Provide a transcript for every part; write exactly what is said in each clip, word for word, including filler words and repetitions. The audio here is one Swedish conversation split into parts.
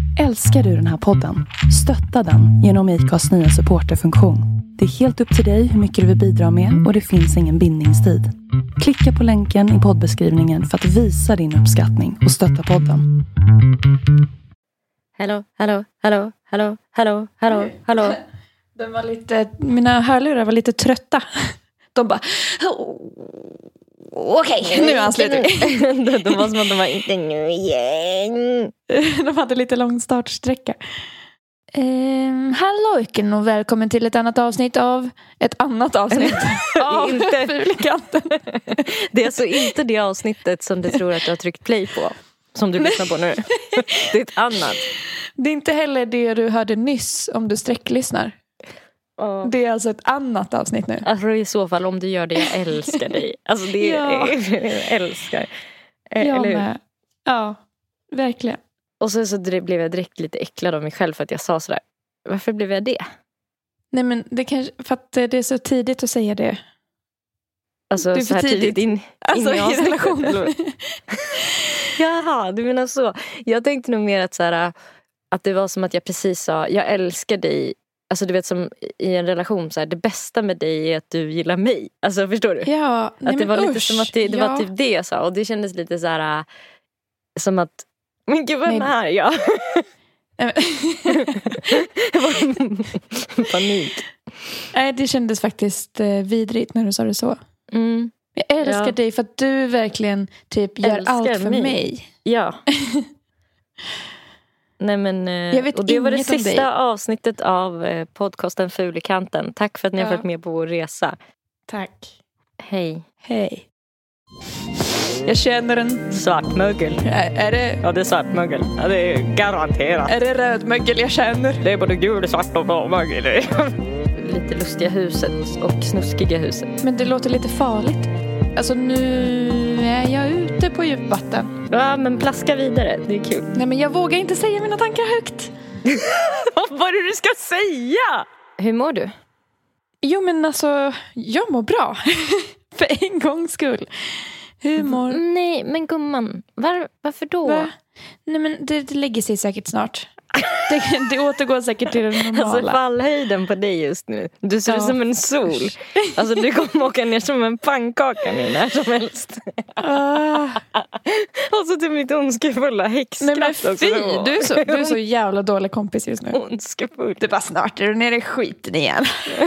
Älskar du den här podden? Stötta den genom I C A:s nya supporterfunktion. Det är helt upp till dig hur mycket du vill bidra med och det finns ingen bindningstid. Klicka på länken i poddbeskrivningen för att visa din uppskattning och stötta podden. Hallå, hallå, hallå, hallå, hallå, hallå, hallå. Den var lite, mina hörlurar var lite trötta. De bara... Okej, okay, nu ansluter vi. De var som att de var inte nu igen. De hade lite lång startsträcka. Um, hallå och välkommen till ett annat avsnitt av ett annat avsnitt av inte. Fulikanten. Det är alltså inte det avsnittet som du tror att du har tryckt play på, som du lyssnar på nu. Det är ett annat. Det är inte heller det du hörde nyss om du sträcklyssnar. Oh. Det är alltså ett annat avsnitt nu. Alltså i så fall, om du gör det, jag älskar dig. Alltså det ja. är, jag älskar. Jag Eller hur? Med. Ja, verkligen. Och så, så blev jag direkt lite äcklad av mig själv för att jag sa sådär. Varför blev jag det? Nej men det kanske, för att det är så tidigt att säga det. Alltså det är så här tidigt, tidigt in, alltså, in i, i relationen. Jaha, du menar så. Jag tänkte nog mer att så här, att det var som att jag precis sa, jag älskar dig. Alltså du vet som i en relation så här, det bästa med dig är att du gillar mig. Alltså förstår du? Ja, nej, att det var usch, lite som att det, det ja. var typ det jag sa. Och det kändes lite så här som att, men gud vem är här? Ja. Panik. Nej, det kändes faktiskt eh, vidrigt när du sa det så. Mm. Jag älskar ja. dig för att du verkligen typ gör älskar allt för mig. mig. Ja. Nej men, jag vet och det var det sista av avsnittet av podcasten Fulikanten. Tack för att ni ja. har varit med på vår resa. Tack. Hej. Hej. Jag känner en svartmögel. Är, är det... Ja, det är svartmögel. Ja, det är garanterat. Är det rödmögel jag känner? Det är både gul, svart och blåmögel. Lite lustiga huset och snuskiga huset. Men det låter lite farligt. Alltså nu är jag ute på djupvatten. Ja, men plaska vidare. Det är kul. Nej, men jag vågar inte säga mina tankar högt. Vad är det du ska säga? Hur mår du? Jo, men alltså, jag mår bra. För en gångs skull. Hur mår... Nej, men gumman. Var, varför då? Va? Nej, men det, det lägger sig säkert snart. Det, det återgår säkert till det normala. Alltså fallhöjden på dig just nu. Du ser ja. ut som en sol. Alltså du kommer åka ner som en pannkaka nu när som helst. Uh. Och så till mitt ondskefulla häxskratt. Nej men fy, du är, så, du är så jävla dålig kompis just nu. Ondskefull. Det bara snart är du nere i skiten igen.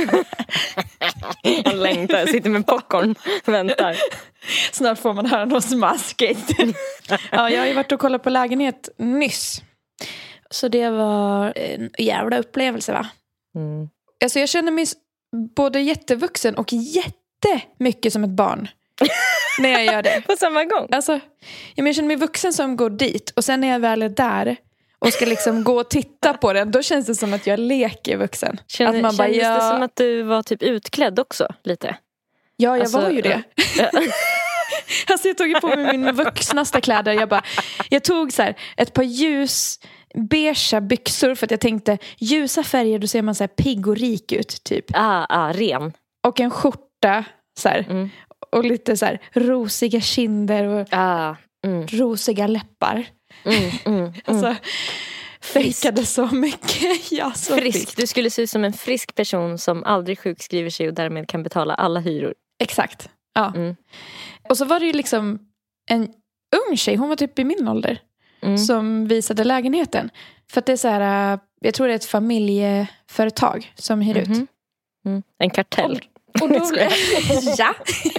Jag längtar, jag sitter med popcorn. Väntar. Snart får man höra något smaskigt. Ja, jag har ju varit och kollat på lägenhet nyss. Så det var en jävla upplevelse, va? Mm. Alltså jag känner mig både jättevuxen och jättemycket som ett barn. När jag gör det. På samma gång? Alltså, ja, men jag känner mig vuxen som går dit. Och sen när jag väl är där och ska liksom gå och titta på den, då känns det som att jag leker vuxen. Känner, att man kändes bara, ja... det som att du var typ utklädd också, lite? Ja, jag alltså, var ju det. Ja. Alltså jag tog ju på mig min vuxnaste kläder. Jag, bara, jag tog så här ett par ljus... beige byxor för att jag tänkte ljusa färger, då ser man så här pigg och rik ut typ. Ah, ah, ren. Och en skjorta så här, mm. och lite så här rosiga kinder och ah, mm. rosiga läppar. Mm, mm, mm. Alltså fejkade så mycket. Ja, så frisk. frisk. Du skulle se ut som en frisk person som aldrig sjukskriver sig och därmed kan betala alla hyror. Exakt. Ja. Mm. Och så var det ju liksom en ung tjej, hon var typ i min ålder. Mm. Som visade lägenheten. För att det är så här, jag tror det är ett familjeföretag som hyr mm-hmm. ut. Mm. En kartell. Och, och då blev ja.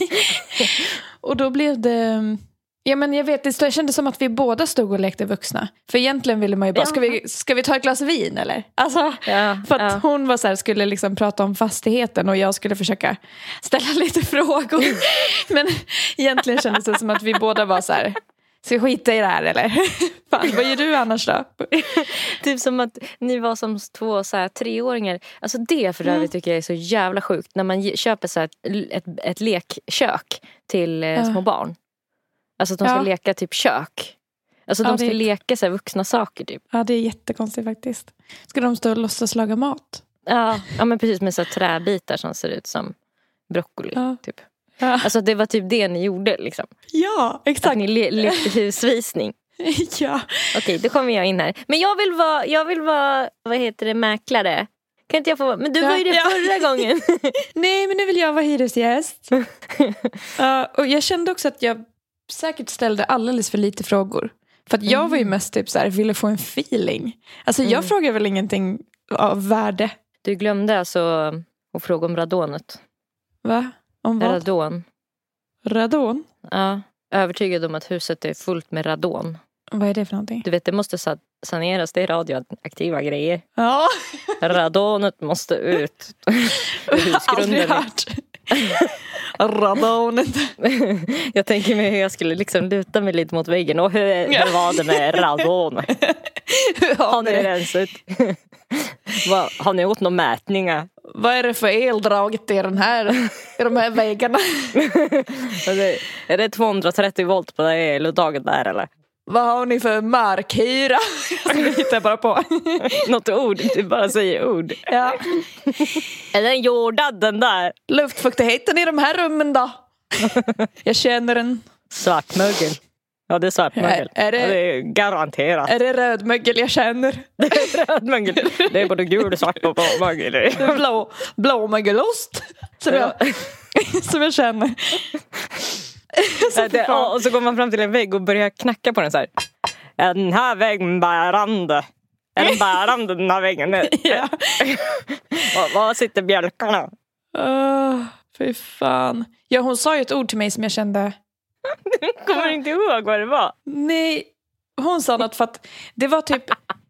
Och då blev det, ja men jag vet, det kändes som att vi båda stod och lekte vuxna. För egentligen ville man ju bara, ja. ska, vi, ska vi ta ett glas vin eller? Alltså, ja, för att ja. hon var så här, skulle liksom prata om fastigheten och jag skulle försöka ställa lite frågor. Men egentligen kändes det som att vi båda var så här, ska skita i det här eller? Fan, vad gör du annars då? Typ som att ni var som två så här, treåringar. Alltså det för övrigt mm. tycker jag är så jävla sjukt. När man köper så här, ett, ett, ett lekkök till eh, ja. små barn. Alltså att de ska ja. leka typ kök. Alltså ja, de ska det... leka så här, vuxna saker typ. Ja, det är jättekonstigt faktiskt. Ska de stå och låtsas laga mat? Ja, ja men precis med så här, träbitar som ser ut som broccoli ja. typ. Ja. Alltså det var typ det ni gjorde liksom. Ja, exakt. Att ni le- lekte husvisning. Ja. Okej, då kommer jag in här. Men jag vill vara, jag vill vara, vad heter det, mäklare. Kan inte jag få, men du ja, var ju det ja. förra gången. Nej, men nu vill jag vara hyresgäst. uh, och jag kände också att jag säkert ställde alldeles för lite frågor. För att jag mm. var ju mest typ så här, ville få en feeling. Alltså jag mm. frågar väl ingenting av värde. Du glömde alltså att fråga om radonet. Va? Om vad? Radon. Radon? Ja, övertygad om att huset är fullt med radon. Vad är det för någonting? Du vet, det måste saneras, det är radioaktiva grejer. Ja. Radonet måste ut. Aldrig hört. Radonet. Jag tänker mig hur jag skulle liksom luta mig lite mot väggen. Och hur, hur var det med radon? Har ni rensat? Vad, har ni gjort några mätningar? Vad är det för eldraget i den här, i de här väggarna? det, är det tvåhundratrettio volt på det eluttaget där eller? Vad har ni för markhyra? Jag hittar bara på. Något ord, du bara säger ord. Ja. Är den jordad den där? Luftfuktigheten i de här rummen då? Jag känner en svartmögel. Ja, det är svartmögel. Är, är det, ja, det är garanterat. Är det rödmögel jag känner? Det är rödmögel. Det är både gul, svart och blåmögel. Det är blå, blåmögelost som, jag, som jag känner. Så det, och så går man fram till en vägg och börjar knacka på den så här. Är den här väggen bärande? Är den bärande den här väggen? Ja. Var, var sitter bjälkarna? Uh, fy fan. Ja, hon sa ju ett ord till mig som jag kände. Kommer inte ihåg vad det var? Nej, hon sa något för att det var typ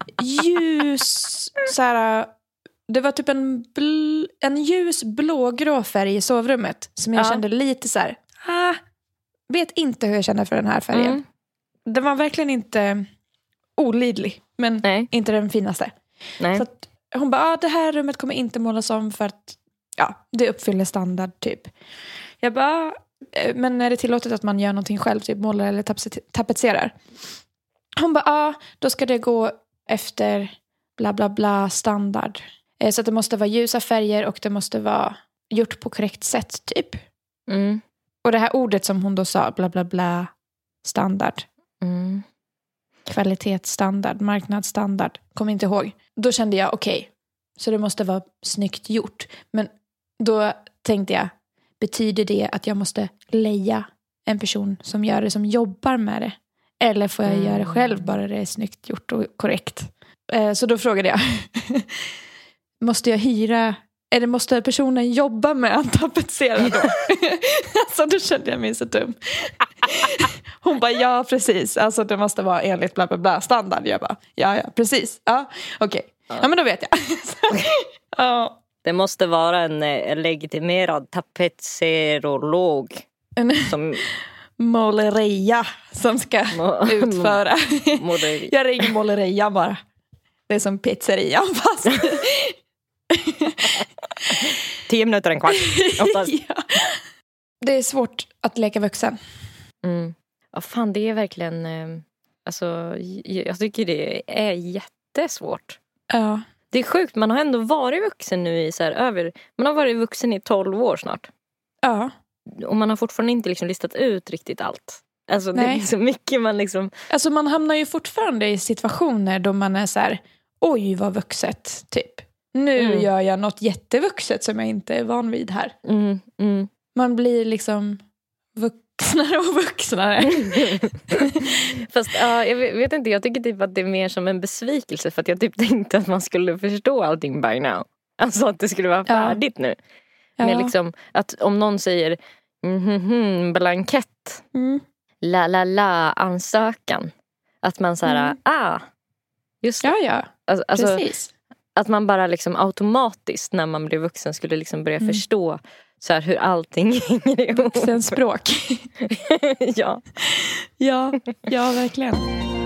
ljus så här, det var typ en, bl- en ljus blågrå färg i sovrummet som jag ja. kände lite så här. Ah, vet inte hur jag känner för den här färgen. Mm. Den var verkligen inte olidlig, men Nej. inte den finaste. Nej. Så att hon bara, ah, det här rummet kommer inte målas om för att ja, det uppfyller standard typ. Jag bara, men är det tillåtet att man gör någonting själv, typ målar eller tapetserar? Hon bara, ja, ah, då ska det gå efter bla bla bla standard. Så att det måste vara ljusa färger och det måste vara gjort på korrekt sätt typ. Mm. Och det här ordet som hon då sa, bla bla bla standard. Mm. Kvalitetsstandard, marknadsstandard, kom inte ihåg. Då kände jag, okej, okay, så det måste vara snyggt gjort. Men då tänkte jag, betyder det att jag måste leja en person som gör det, som jobbar med det? Eller får jag mm. göra det själv, bara det är snyggt gjort och korrekt? Eh, så då frågade jag, måste jag hyra, eller måste personen jobba med att tapetsera då? Alltså då kände jag mig så dum. Hon bara, ja precis, alltså det måste vara enligt bla bla bla standard. Jag bara, ja ja, precis, ja, okej. Okay. Ja. ja men då vet jag. Ja. Det måste vara en, en legitimerad tapetserolog. En som... måleria som ska Mo- utföra. Måleri. Jag ringer måleria bara. Det är som pizzerian fast. Tio minuter, en kvart. Ja. Det är svårt att leka vuxen. Mm. Ja, fan, det är verkligen... Eh, alltså, jag tycker det är jättesvårt. Ja. Det är sjukt, man har ändå varit vuxen nu i så här över... Man har varit vuxen i tolv år snart. Ja. Och man har fortfarande inte liksom listat ut riktigt allt. Alltså Nej. Det är så mycket man liksom... Alltså man hamnar ju fortfarande i situationer då man är så här, oj vad vuxet, typ. Nu mm. gör jag något jättevuxet som jag inte är van vid här. Mm, mm. Man blir liksom vuxnare och vuxnare. Fast ja, jag vet inte, jag tycker typ att det är mer som en besvikelse. För att jag typ tänkte att man skulle förstå allting by now. Alltså att det skulle vara färdigt ja. nu. Ja. Men liksom att om någon säger mm-hmm, blankett, mm. la la la ansökan. Att man så här, mm. ah, just det. Ja, ja, alltså, alltså, precis. Att man bara liksom automatiskt när man blir vuxen skulle liksom börja mm. förstå så här hur allting hänger ihop. Vuxenspråk. Ja. Ja, ja, verkligen.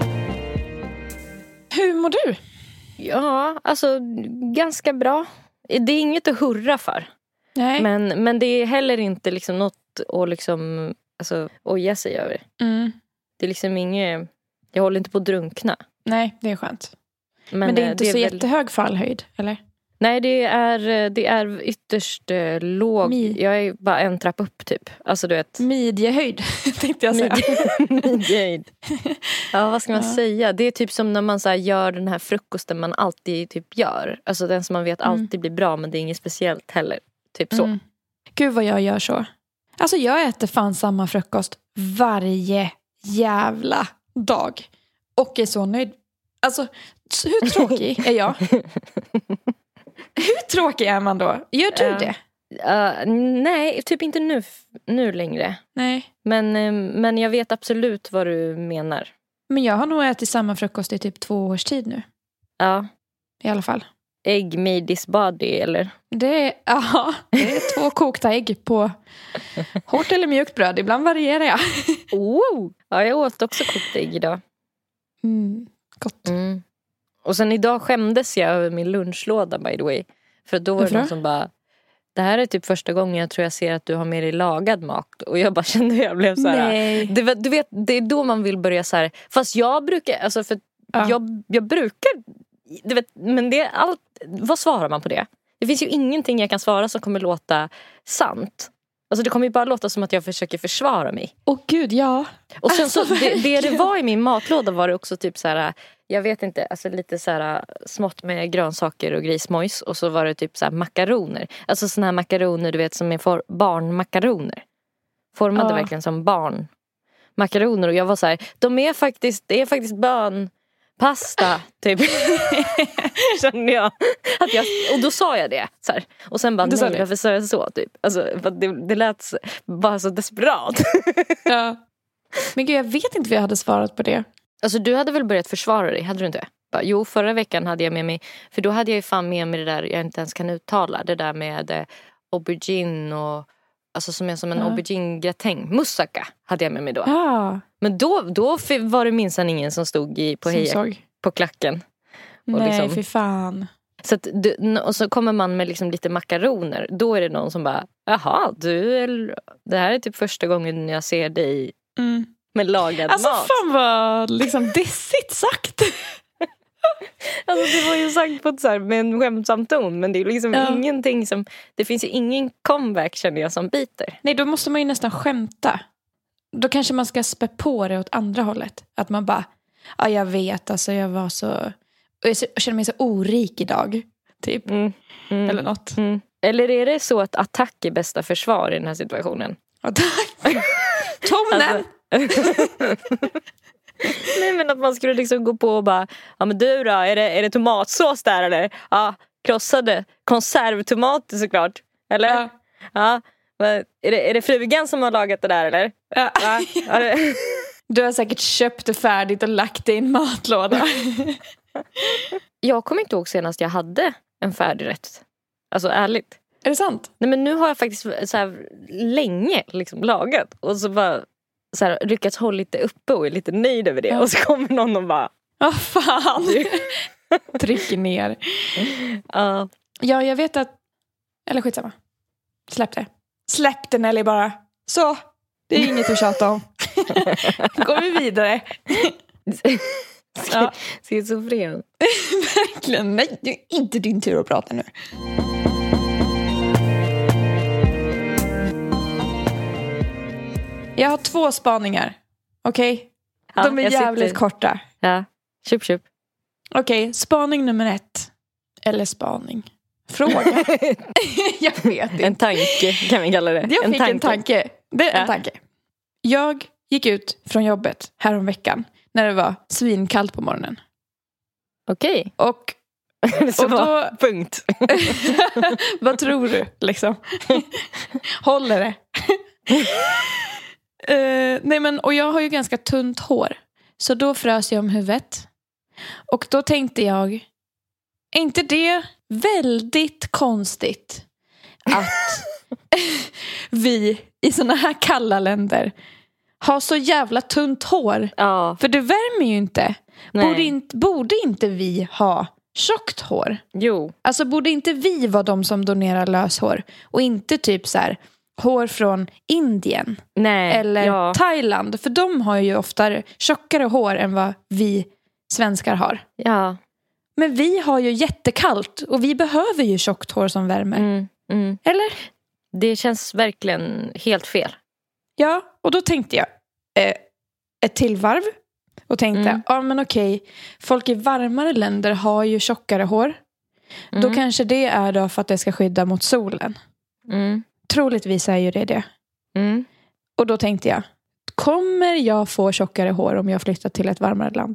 Hur mår du? Ja, alltså ganska bra. Det är inget att hurra för. Nej. Men, men det är heller inte liksom något att liksom, alltså, oja sig över. Mm. Det är liksom inget, jag håller inte på att drunkna. Nej, det är skönt. Men, men men det är inte det är så väl... jättehög fallhöjd, eller? Nej, det är, det är ytterst eh, låg. Mi- Jag är bara en trapp upp typ. Alltså du vet. Midjehöjd tänkte jag säga. Midjehöjd. Ja, vad ska man Ja. säga? Det är typ som när man så här, gör den här frukosten man alltid typ gör. Alltså den som man vet Mm. alltid blir bra, men det är inget speciellt heller. Typ så. Mm. Gud vad jag gör så. Alltså jag äter fan samma frukost varje jävla dag. Och är så nöjd. Alltså hur tråkig är jag? Hur tråkig är man då? Gör du Ja. det? Uh, nej, typ inte nu, nu längre. Nej. Men, eh, men jag vet absolut vad du menar. Men jag har nog ätit samma frukost i typ två års tid nu. Ja. I alla fall. Egg made this body, eller? Det är, ja, det är två kokta ägg på hårt eller mjukt bröd. Ibland varierar jag. Wow. Ja, jag åt också kokt ägg idag. Mm, gott. Mm. Och sen idag skämdes jag över min lunchlåda, by the way. För då var Varför det någon då? som bara, det här är typ första gången jag tror jag ser att du har med dig lagad mat. Och jag bara kände hur jag blev så här. Nej. Det, var- du vet, det är då man vill börja så här. Fast jag brukar, alltså för Ja. jag, jag brukar, du vet, men det är allt, vad svarar man på det? Det finns ju ingenting jag kan svara som kommer låta sant. Alltså det kommer ju bara låta som att jag försöker försvara mig. Åh gud, ja. Och sen så, Alltså, det, det det verkligen. var i min matlåda var det också typ så här, jag vet inte, alltså lite så här smått med grönsaker och grismojs. Och så var det typ så här makaroner. Alltså såna här makaroner, du vet, som är for, barnmakaroner. Formade Ja. verkligen som barn. Makaroner, och jag var så här, de är faktiskt, det är faktiskt bönpasta, typ. Kände jag, att jag. Och då sa jag det så här. Och sen bara, Du sa nej, det? varför sa jag så typ? Alltså, för att det, det lät så- bara så desperat. Ja. Men gud, jag vet inte vad jag hade svarat på det. Alltså du hade väl börjat försvara dig, hade du inte? Bara, jo, förra veckan hade jag med mig, för då hade jag ju fan med mig det där jag inte ens kan uttala, det där med eh, aubergine och, alltså som är som en Ja. aubergine-gratäng, moussaka hade jag med mig då. Ja, Men då, då f- var det minsann ingen som stod i, på, som heja, såg. på klacken. Och Nej, liksom- fy fan. Så att du, n- och så kommer man med liksom lite makaroner, då är det någon som bara, jaha, du är, det här är typ första gången jag ser dig Mm. med lagad Alltså mat. fan vad liksom dissigt sagt. Alltså det var ju sagt på ett så här, med en skämtsam ton, men det är liksom Ja. ingenting som, det finns ju ingen comeback, känner jag, som biter. Nej, då måste man ju nästan skämta. Då kanske man ska spä på det åt andra hållet. Att man bara, ja jag vet, alltså jag var så, och jag så- jag känner mig så orik idag. Typ, Mm. Mm. eller något. Mm. Eller är det så att attack är bästa försvar i den här situationen? Ja, tack. Tonen! Nej, men att man skulle liksom gå på och bara, ja men du då, är det, är det tomatsås där eller? Ja, krossade konservtomater såklart. Eller? Ja. Ja. Men är, det, är det frugan som har lagat det där eller? Ja. Ja. Ja, det- Du har säkert köpt det färdigt och lagt det i en matlåda. Jag kommer inte ihåg senast jag hade en färdig rätt. Alltså ärligt. Är det sant? Nej, men nu har jag faktiskt så här länge liksom lagat. Och så bara så här, lyckats hålla lite uppe och är lite nöjd över det. Ja. Och så kommer någon och bara, Vad fan. Trycker ner. ja. Ja, jag vet att, eller skitsamma. Släpp det. Släpp det, Nelly, bara. Så. Det är inget att tjata om. Går vi vidare. Ja. Schizofren. Verkligen. Nej, det är inte din tur att prata nu. Jag har två spaningar. Okej? Ja, De är jag jävligt sitter- korta. Ja, köp, köp. Okej, spaning nummer ett. Eller spaning. Fråga. Jag vet inte. En tanke kan vi kalla det. Jag fick en tanke. Det är en Ja. tanke. Jag gick ut från jobbet häromveckan när det var svinkallt på morgonen. Okej. Och Så Och då- var punkt. vad tror du liksom? Håller det? Eh, nej men, och jag har ju ganska tunt hår. Så då frös jag om huvudet. Och då tänkte jag, är inte det väldigt konstigt att vi i såna här kalla länder har så jävla tunt hår? Ja. För det värmer ju inte. Nej. Borde inte. Borde inte vi ha tjockt hår? Jo. Alltså borde inte vi vara de som donerar löshår? Och inte typ så här hår från Indien Nej. eller ja. Thailand. För de har ju ofta tjockare hår än vad vi svenskar har. Ja. Men vi har ju jättekallt och vi behöver ju tjockt hår som värmer. Mm, mm. Eller? Det känns verkligen helt fel. Ja, och då tänkte jag eh, ett till varv. Och tänkte, Mm. ja mm. ah, men okej, folk i varmare länder har ju tjockare hår. Mm. Då kanske det är då för att det ska skydda mot solen. Mm. Troligtvis är ju det det. Mm. Och då tänkte jag, kommer jag få tjockare hår om jag flyttar till ett varmare land?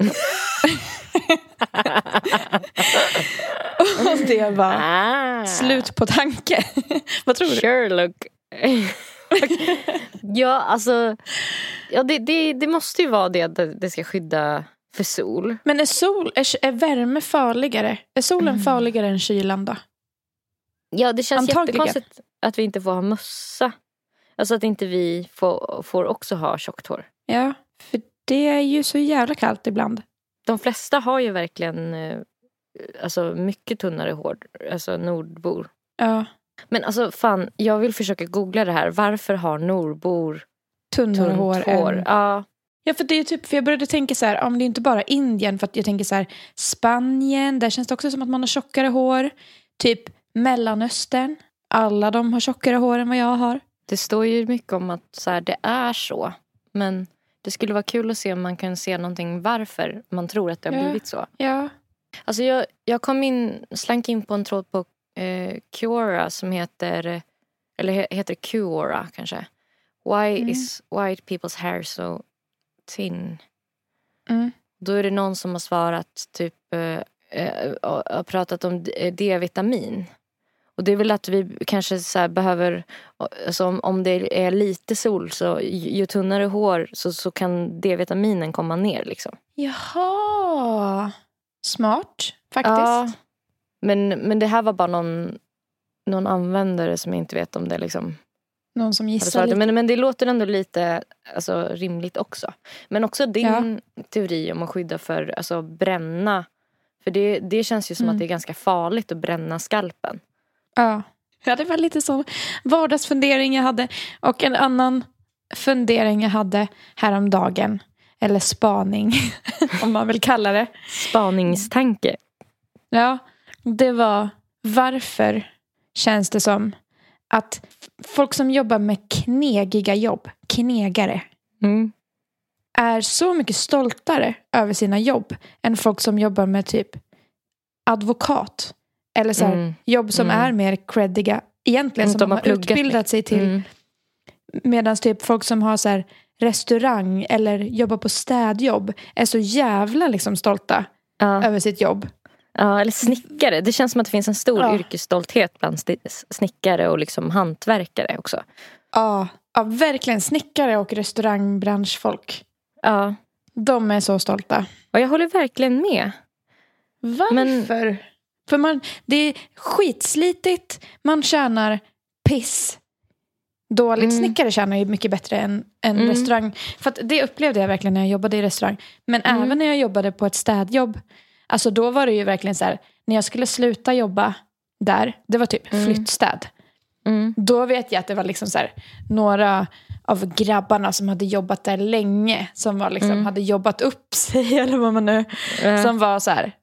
Och det var Ah. slut på tanke. Vad tror du? Sherlock. Ja, alltså ja, det, det, det måste ju vara det att det ska skydda för sol. Men är, sol, är, är värme farligare? Är solen Mm. farligare än kylan då? Ja, det känns Antagligen. jättekonstigt att vi inte får ha mössa. Alltså att inte vi får, får också ha tjockt hår. Ja, för det är ju så jävla kallt ibland. De flesta har ju verkligen eh, alltså mycket tunnare hår. Alltså nordbor. Ja, Men alltså fan, jag vill försöka googla det här. Varför har nordbor tunnare tunt hår. hår? Än... Ja. Ja, för det är typ, för jag började tänka så här, om det är inte bara Indien, för att jag tänker så här, Spanien, där känns det också som att man har tjockare hår. Typ Mellanöstern, alla de har tjockare hår än vad jag har. Det står ju mycket om att så här, det är så. Men det skulle vara kul att se om man kan se någonting varför man tror att det har Ja. blivit så. Ja. Alltså jag, jag kom in, slank in på en tråd på eh, Quora som heter, eller he, heter Quora kanske. Why Mm. is white people's hair so thin? Mm. Då är det någon som har svarat typ, eh, eh, och har pratat om D- D-vitamin. Och det är väl att vi kanske så här behöver, alltså om, om det är lite sol så ju, ju tunnare hår så, så kan D-vitaminen komma ner liksom. Jaha. Smart, faktiskt. Ja, men, men det här var bara någon, någon användare som jag inte vet om det liksom Någon som hade gissar svarat. lite. Men, men det låter ändå lite alltså, rimligt också. Men också din Ja. teori om att skydda för alltså, bränna. För det, det känns ju som Mm. att det är ganska farligt att bränna skalpen. Ja. Ja, det var lite så vardagsfundering jag hade. Och en annan fundering jag hade häromdagen. Eller spaning, om man vill kalla det. Spaningstanke. Ja, det var varför känns det som att folk som jobbar med knegiga jobb, knegare, Mm. är så mycket stoltare över sina jobb än folk som jobbar med typ advokat. Eller så här, Mm. jobb som Mm. är mer creddiga egentligen, Som som de de har har pluggat utbildat sig till. Mm. Medan typ folk som har så här restaurang eller jobbar på städjobb är så jävla liksom stolta Ja. över sitt jobb. Ja, eller snickare. Det känns som att det finns en stor Ja. yrkesstolthet bland sti- snickare och liksom hantverkare också. Ja, ja, verkligen snickare och restaurangbranschfolk. Ja, De är så stolta. och jag håller verkligen med. Varför? För man, det är skitslitigt. Man tjänar piss. Dåligt. Mm. Snickare tjänar ju mycket bättre än, än Mm. restaurang. För att det upplevde jag verkligen när jag jobbade i restaurang. Men Mm. även när jag jobbade på ett städjobb. Alltså då var det ju verkligen så här. När jag skulle sluta jobba där. Det var typ Mm. flyttstäd. Mm. Då vet jag att det var liksom så här, några av grabbarna som hade jobbat där länge. Som var liksom, Mm. hade jobbat upp sig. Eller vad man nu. Ja. Som var så här.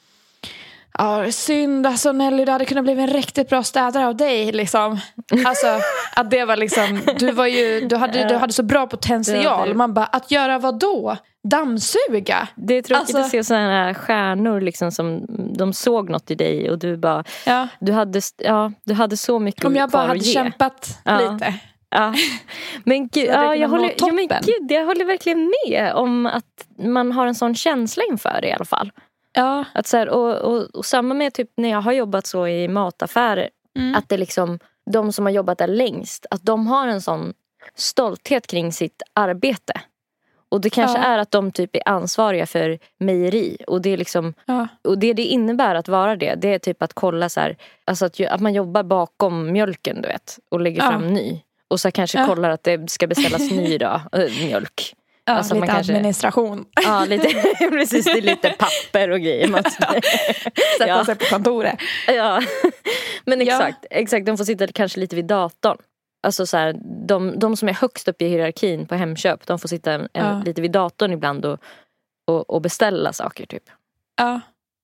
Ja, synd alltså Nelly, du hade kunnat bli en riktigt bra städare av dig liksom. Alltså att det var liksom, du var ju, du hade, du hade så bra potential. Man bara, att göra vad då? Dammsuga? Det är tråkigt Alltså- att se sådana här stjärnor liksom, som de såg något i dig och du bara, Ja. du hade, ja, du hade så mycket Om jag kvar bara hade att ge. kämpat Ja. lite. Ja. Men gud, Så att jag ja, kunde jag, nå håller, ja, men toppen. gud, jag håller verkligen med om att man har en sån känsla inför det i alla fall. Ja. Att så här, och, och, och samma med typ när jag har jobbat så i mataffärer. Mm. Att det liksom, de som har jobbat där längst, att de har en sån stolthet kring sitt arbete. Och det kanske Ja. är att de typ är ansvariga för mejeri. Och det är liksom, Ja. och det det innebär att vara det, det är typ att kolla så här, alltså att, ju- att man jobbar bakom mjölken, du vet, och lägger Ja. fram ny. Och så kanske Ja. kollar att det ska beställas ny då, äh, mjölk. Ja, Alltså, lite man kanske- administration. Ja, lite, precis, det är lite papper och grejer. Man, Sätta Ja. sig på kontoret. ja. Men Ja. exakt, exakt, de får sitta kanske lite vid datorn. Alltså så här, de, de som är högst upp i hierarkin på Hemköp, de får sitta en, Ja. lite vid datorn ibland och, och, och beställa saker typ. Ja.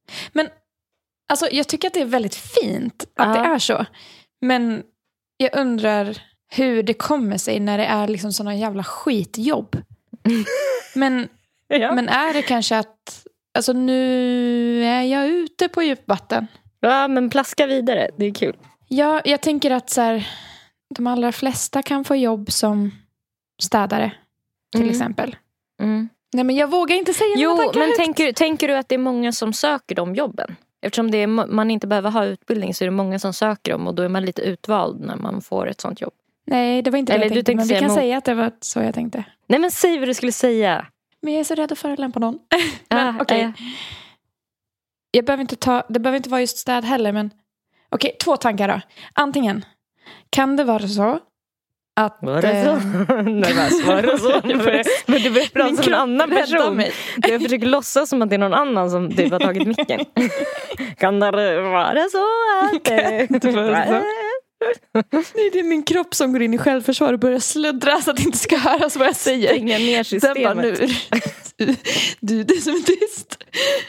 Men alltså, jag tycker att det är väldigt fint att Ja. det är så. Men jag undrar hur det kommer sig när det är liksom såna jävla skitjobb. men, Ja. men är det kanske att alltså, nu är jag ute på djupvatten. Ja, men plaska vidare. Det är kul. Ja, jag tänker att så här, de allra flesta kan få jobb som städare till Mm. exempel. Mm. Nej, men jag vågar inte säga Jo, mina tankar men högt. tänker, tänker du att det är många som söker de jobben? Eftersom det är, man inte behöver ha utbildning så är det många som söker dem. Och då är man lite utvald när man får ett sånt jobb. Nej, det var inte det Eller jag du tänkte. tänkte Men vi säga kan mo- säga att det var så jag tänkte. Nej, men säg vad du skulle säga. Men jag är så rädd att förolämpa någon. men Ah, okej. eh. Jag behöver inte ta, det behöver inte vara just städ heller, men okej, två tankar då. Antingen kan det vara så att Var det så? eh, Nervös, var det så? Du börjar, men du börjar prata Min som en kropp annan räddar person. mig. Jag försöker låtsas som att det är någon annan som typ har tagit micken. Kan det vara så att det... det vara så? Nej, det är min kropp som går in i självförsvar och börjar sluddra så att det inte ska höras vad jag säger. Stänga ner Den bara, nu. systemet. Du, det är som är tyst.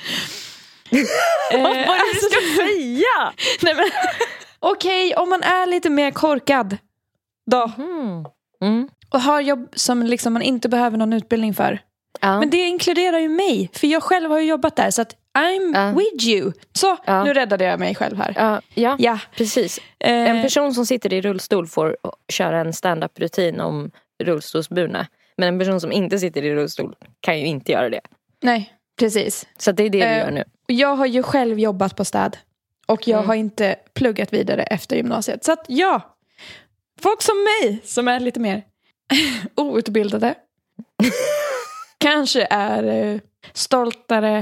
Vad är det du ska säga? Nej, men okej, om man är lite mer korkad då Mm. Mm. och har jobb som liksom man inte behöver någon utbildning för. Ja. Men det inkluderar ju mig, för jag själv har ju jobbat där, så att I'm Ja. with you. Så, Ja. nu räddade jag mig själv här. Ja, ja, Ja. precis. Eh, En person som sitter i rullstol får köra en stand-up-rutin om rullstolsburna. Men en person som inte sitter i rullstol kan ju inte göra det. nej, precis. Så det är det du Eh, gör nu. Jag har ju själv jobbat på städ. Och jag Mm. har inte pluggat vidare efter gymnasiet. Så att ja, folk som mig som är lite mer outbildade kanske är eh, stoltare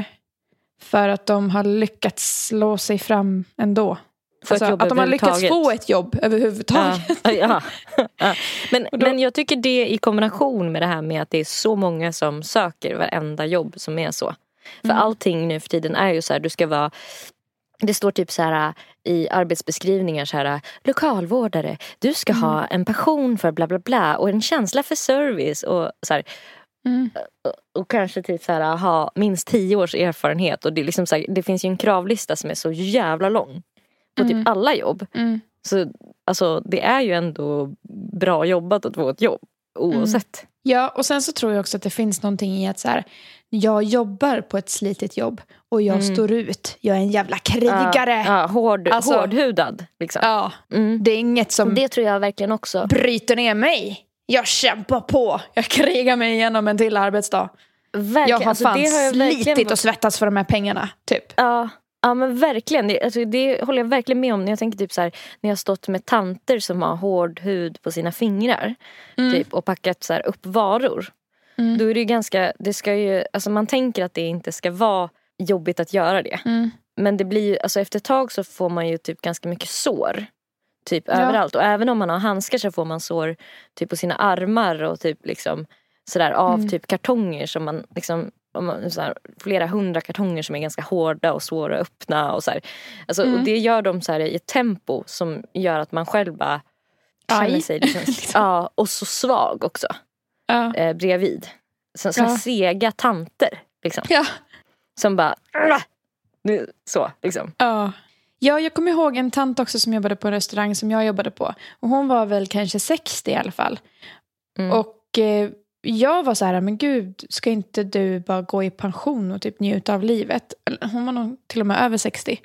för att de har lyckats slå sig fram ändå. För ett Alltså, jobb att de har lyckats överhuvudtaget. få ett jobb överhuvudtaget. Ja, ja, ja. Men, Och då- men jag tycker det i kombination med det här med att det är så många som söker varenda jobb som är så. För Mm. allting nu för tiden är ju så här, du ska vara... Det står typ så här i arbetsbeskrivningar så här, lokalvårdare, du ska Mm. ha en passion för bla bla bla och en känsla för service och så här, Mm. och kanske typ så här, ha minst tio års erfarenhet och det är liksom så här, det finns ju en kravlista som är så jävla lång på Mm. typ alla jobb. Mm. Så alltså det är ju ändå bra jobbat att få ett jobb oavsett. Ja, och sen så tror jag också att det finns någonting i att så här, jag jobbar på ett slitigt jobb och jag Mm. står ut. Jag är en jävla krigare. Ja, ja, hård, Alltså- hårdhudad liksom. Ja, Mm. det är inget som Det tror jag verkligen också. bryter ner mig. Jag kämpar på. Jag krigar mig igenom en till arbetsdag. Verkligen. Jag har Alltså, fan det har jag verkligen slitit varit- och svettats för de här pengarna, typ. Ja, ja men verkligen. Det, alltså, det håller jag verkligen med om. När jag tänker typ så här, när jag har stått med tanter som har hård hud på sina fingrar typ, och packat så här, upp varor. Mm. Då är det ju ganska, det ska ju, alltså man tänker att det inte ska vara jobbigt att göra det. Mm. Men det blir ju, alltså efter ett tag så får man ju typ ganska mycket sår. Typ Ja. överallt. Och även om man har handskar så får man sår typ på sina armar och typ liksom sådär av Mm. typ kartonger som man liksom, om man, så här, flera hundra kartonger som är ganska hårda och svåra att öppna och så här. Alltså, Mm. och det gör de så här i ett tempo som gör att man själv bara känner Aj. sig liksom, Liksom. ja, och så svag också Ja. eh, bredvid. Så, så här Ja. sega tanter liksom. Ja. Som bara "Åh!" nu, så liksom. Ja. Ja, jag kommer ihåg en tant också som jobbade på en restaurang som jag jobbade på. Och hon var väl kanske sextio i alla fall. Mm. Och eh, jag var så här, men gud, ska inte du bara gå i pension och typ njuta av livet? Eller, hon var nog till och med över sextio.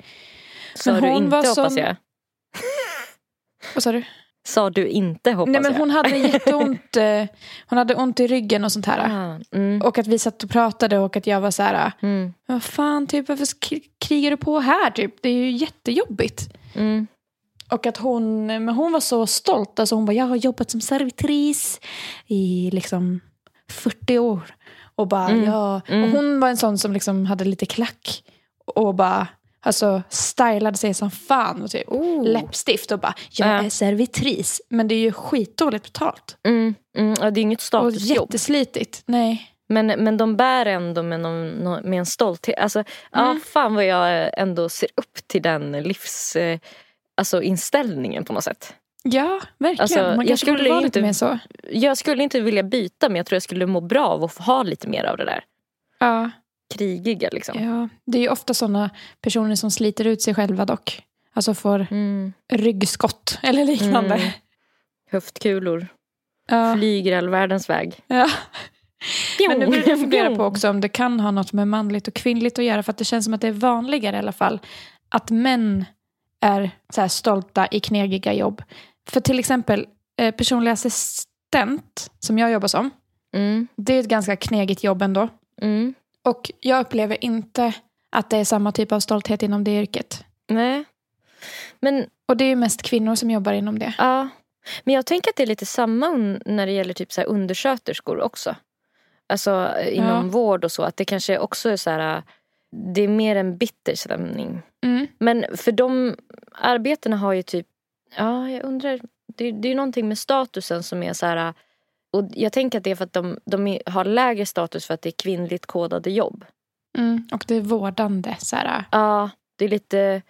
Sa men du hon inte var hoppas sån- jag. Vad sa du? Sa du inte hoppas Nej, men jag. hon hade jätteont. eh, hon hade ont i ryggen och sånt här. Ah, mm, Och att vi satt och pratade och att jag var så här, mm, vad fan, typ, varför sk- krigar du på här? Typ? Det är ju jättejobbigt. mm. Och att hon, men hon var så stolt. Alltså hon bara, jag har jobbat som servitris i liksom fyrtio år. Och bara, Mm. ja. Mm. Och hon var en sån som liksom hade lite klack. Och bara, alltså stylade sig som fan. Och typ Oh. läppstift och bara, jag Ja. är servitris. Men det är ju skitdåligt betalt. Mm, mm. Ja, det är inget Och statusjobb. jätteslitigt. Nej. Men, men de bär ändå med, någon, nå- med en stolthet. Alltså, ja, Mm. fan vad jag ändå ser upp till den livs... Eh, alltså inställningen på något sätt. Ja, verkligen. Alltså, Man jag kanske skulle borde vara inte- lite mer så. Jag skulle inte vilja byta, men jag tror jag skulle må bra av att få ha lite mer av det där. Ja. krigiga liksom. Ja, det är ju ofta sådana personer som sliter ut sig själva dock. Alltså får mm. ryggskott eller liknande. Mm. Höftkulor. Ja. Flyger all världens väg. Ja. Men nu börjar jag fundera på också om det kan ha något med manligt och kvinnligt att göra. För att det känns som att det är vanligare i alla fall att män är så här stolta i knegiga jobb. För till exempel eh, personlig assistent som jag jobbar som. Mm. Det är ett ganska knegigt jobb ändå. Mm. Och jag upplever inte att det är samma typ av stolthet inom det yrket. Nej. Men, och det är ju mest kvinnor som jobbar inom det. Ja. Men jag tänker att det är lite samma när det gäller typ så här undersköterskor också. Alltså inom ja. vård och så. Att det kanske också är så här. Det är mer en bitter stämning. Mm. Men för de arbetena har ju typ. Ja, jag undrar. Det, det är ju någonting med statusen som är så här. Och jag tänker att det är för att de, de har lägre status för att det är kvinnligt kodade jobb. Mm. Och det är vårdande så här. Ja, det är lite